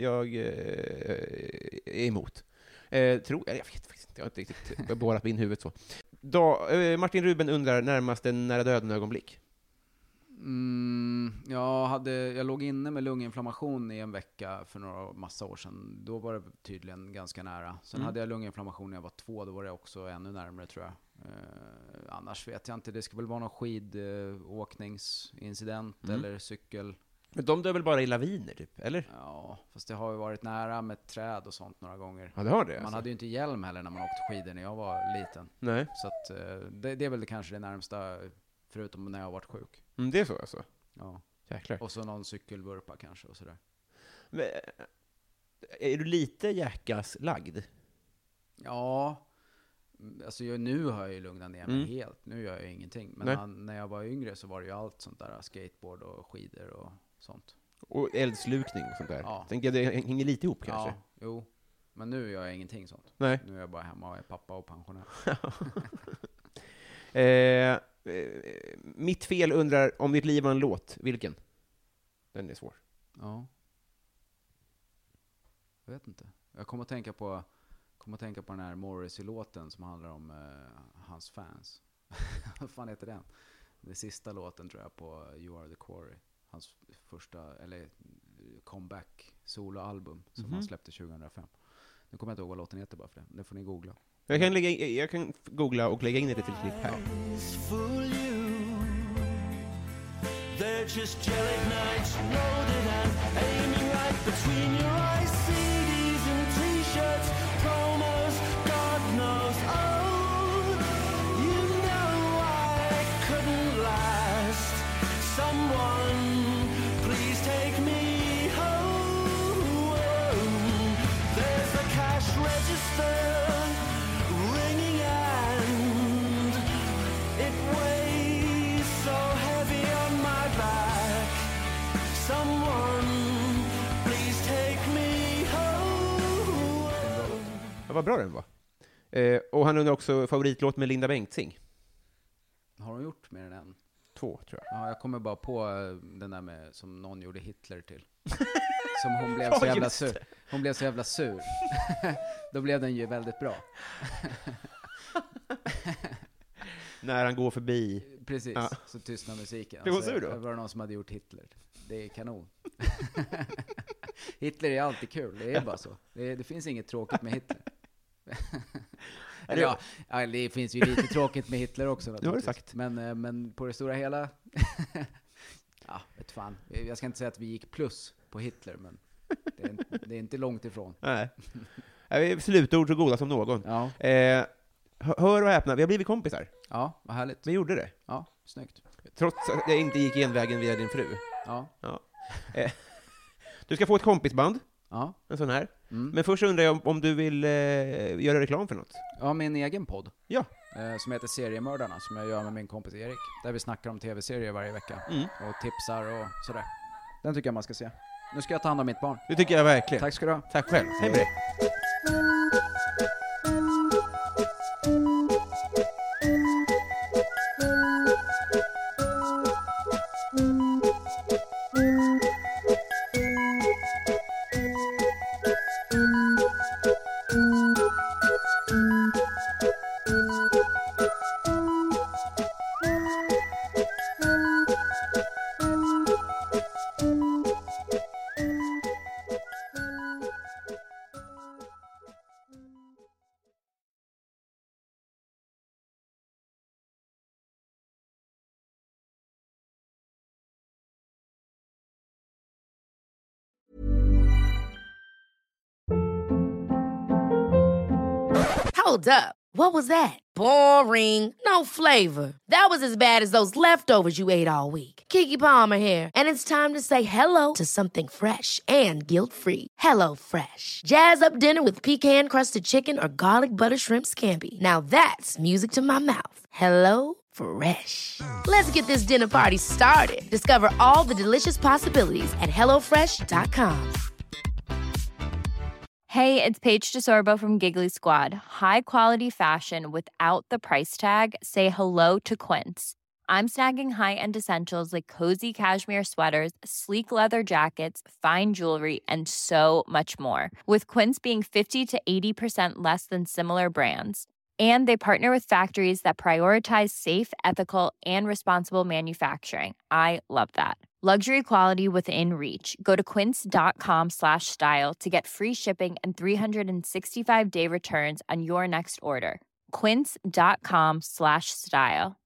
är emot. Jag vet faktiskt inte, jag har inte riktigt borrat min huvud så. Martin Ruben undrar, närmast en nära döden-ögonblick. Jag låg inne med lunginflammation i en vecka för massa år sedan. Då var det tydligen ganska nära. Sen hade jag lunginflammation när jag var 2. Då var det också ännu närmare, tror jag. Annars vet jag inte. Det ska väl vara någon skidåkningsincident eller cykel. Men de dör väl bara i laviner, typ, eller? Ja, fast det har ju varit nära med träd och sånt några gånger. Ja, det har det. Man alltså. hade ju inte hjälm heller när man åkte skidor när jag var liten. Nej. Så att, det är väl kanske det närmsta, förutom när jag har varit sjuk. Det är så alltså? Ja. Jäklar. Och så någon cykelvurpa kanske och sådär. Men, är du lite Jackass-lagd? Ja, alltså nu har jag ju lugnat ner mig helt. Nu gör jag ingenting. Men när jag var yngre så var det ju allt sånt där, skateboard och skidor och sånt. Och eldslukning och sånt där. Ja. Tänker jag det hänger lite ihop kanske. Ja, jo. Men nu gör jag ingenting sånt. Nej. Nu är jag bara hemma och är pappa och pensionär. Mitt fel undrar, om ditt liv var en låt, vilken? Den är svår. Ja. Jag vet inte. Jag kommer att tänka på den här Morrissey-låten som handlar om hans fans. Vad fan heter den? Den sista låten tror jag på You Are The Quarry. Hans första, eller comeback soloalbum som han släppte 2005. Nu kommer jag inte ihåg vad låten heter bara för det. Det får ni googla. Jag kan googla och lägga in ett litet klipp här. They're just jellied nights, loaded and aiming right between your eyes. CDs and t-shirts, promos, God knows. Oh, you know I couldn't last. Someone, please take me home. There's a cash register ringing and it weighs so heavy on my back. Someone, please take me home. Ja, vad bra den var. Och han undrar också favoritlåt med Linda Bengtzing. Har de gjort mer än en? 2, tror jag. Ja, jag kommer bara på den där med som någon gjorde Hitler till. Som hon blev så Ja, jävla just sur. det. Hon blev så jävla sur. Då blev den ju väldigt bra. När han går förbi. Precis, Ja. så tystnar musiken. Blev hon sur då? Var det någon som hade gjort Hitler? Det är kanon. Hitler är alltid kul, det är bara så. Det finns inget tråkigt med Hitler. Eller ja, det finns ju lite tråkigt med Hitler också. Det har du sagt. Men på det stora hela... ja, vet fan. Jag ska inte säga att vi gick plus på Hitler, men det är inte långt ifrån. Nej. Slutord så goda som någon. Ja, Hör och häpna, vi har blivit kompisar. ja, vad härligt. Vi gjorde det. Ja, snyggt. Trots att jag inte gick genvägen via din fru. Ja, Du ska få ett kompisband, ja. en sån här. Mm. Men först undrar jag om du vill göra reklam för något. Jag har min egen podd. Ja. Som heter Seriemördarna, som jag gör med min kompis Erik. Där vi snackar om tv-serier varje vecka. Och tipsar och sådär. Den tycker jag man ska se. Nu ska jag ta hand om mitt barn. Det tycker jag verkligen. Tack ska du ha. Tack själv. Hej med dig. Hold up. What was that? Boring. No flavor. That was as bad as those leftovers you ate all week. Keke Palmer here, and it's time to say hello to something fresh and guilt-free. Hello Fresh. Jazz up dinner with pecan-crusted chicken or garlic butter shrimp scampi. Now that's music to my mouth. Hello Fresh. Let's get this dinner party started. Discover all the delicious possibilities at hellofresh.com. Hey, it's Paige DeSorbo from Giggly Squad. High quality fashion without the price tag. Say hello to Quince. I'm snagging high-end essentials like cozy cashmere sweaters, sleek leather jackets, fine jewelry, and so much more. With Quince being 50 to 80% less than similar brands. And they partner with factories that prioritize safe, ethical, and responsible manufacturing. I love that. Luxury quality within reach. Go to quince.com/style to get free shipping and 365-day returns on your next order. Quince.com/style.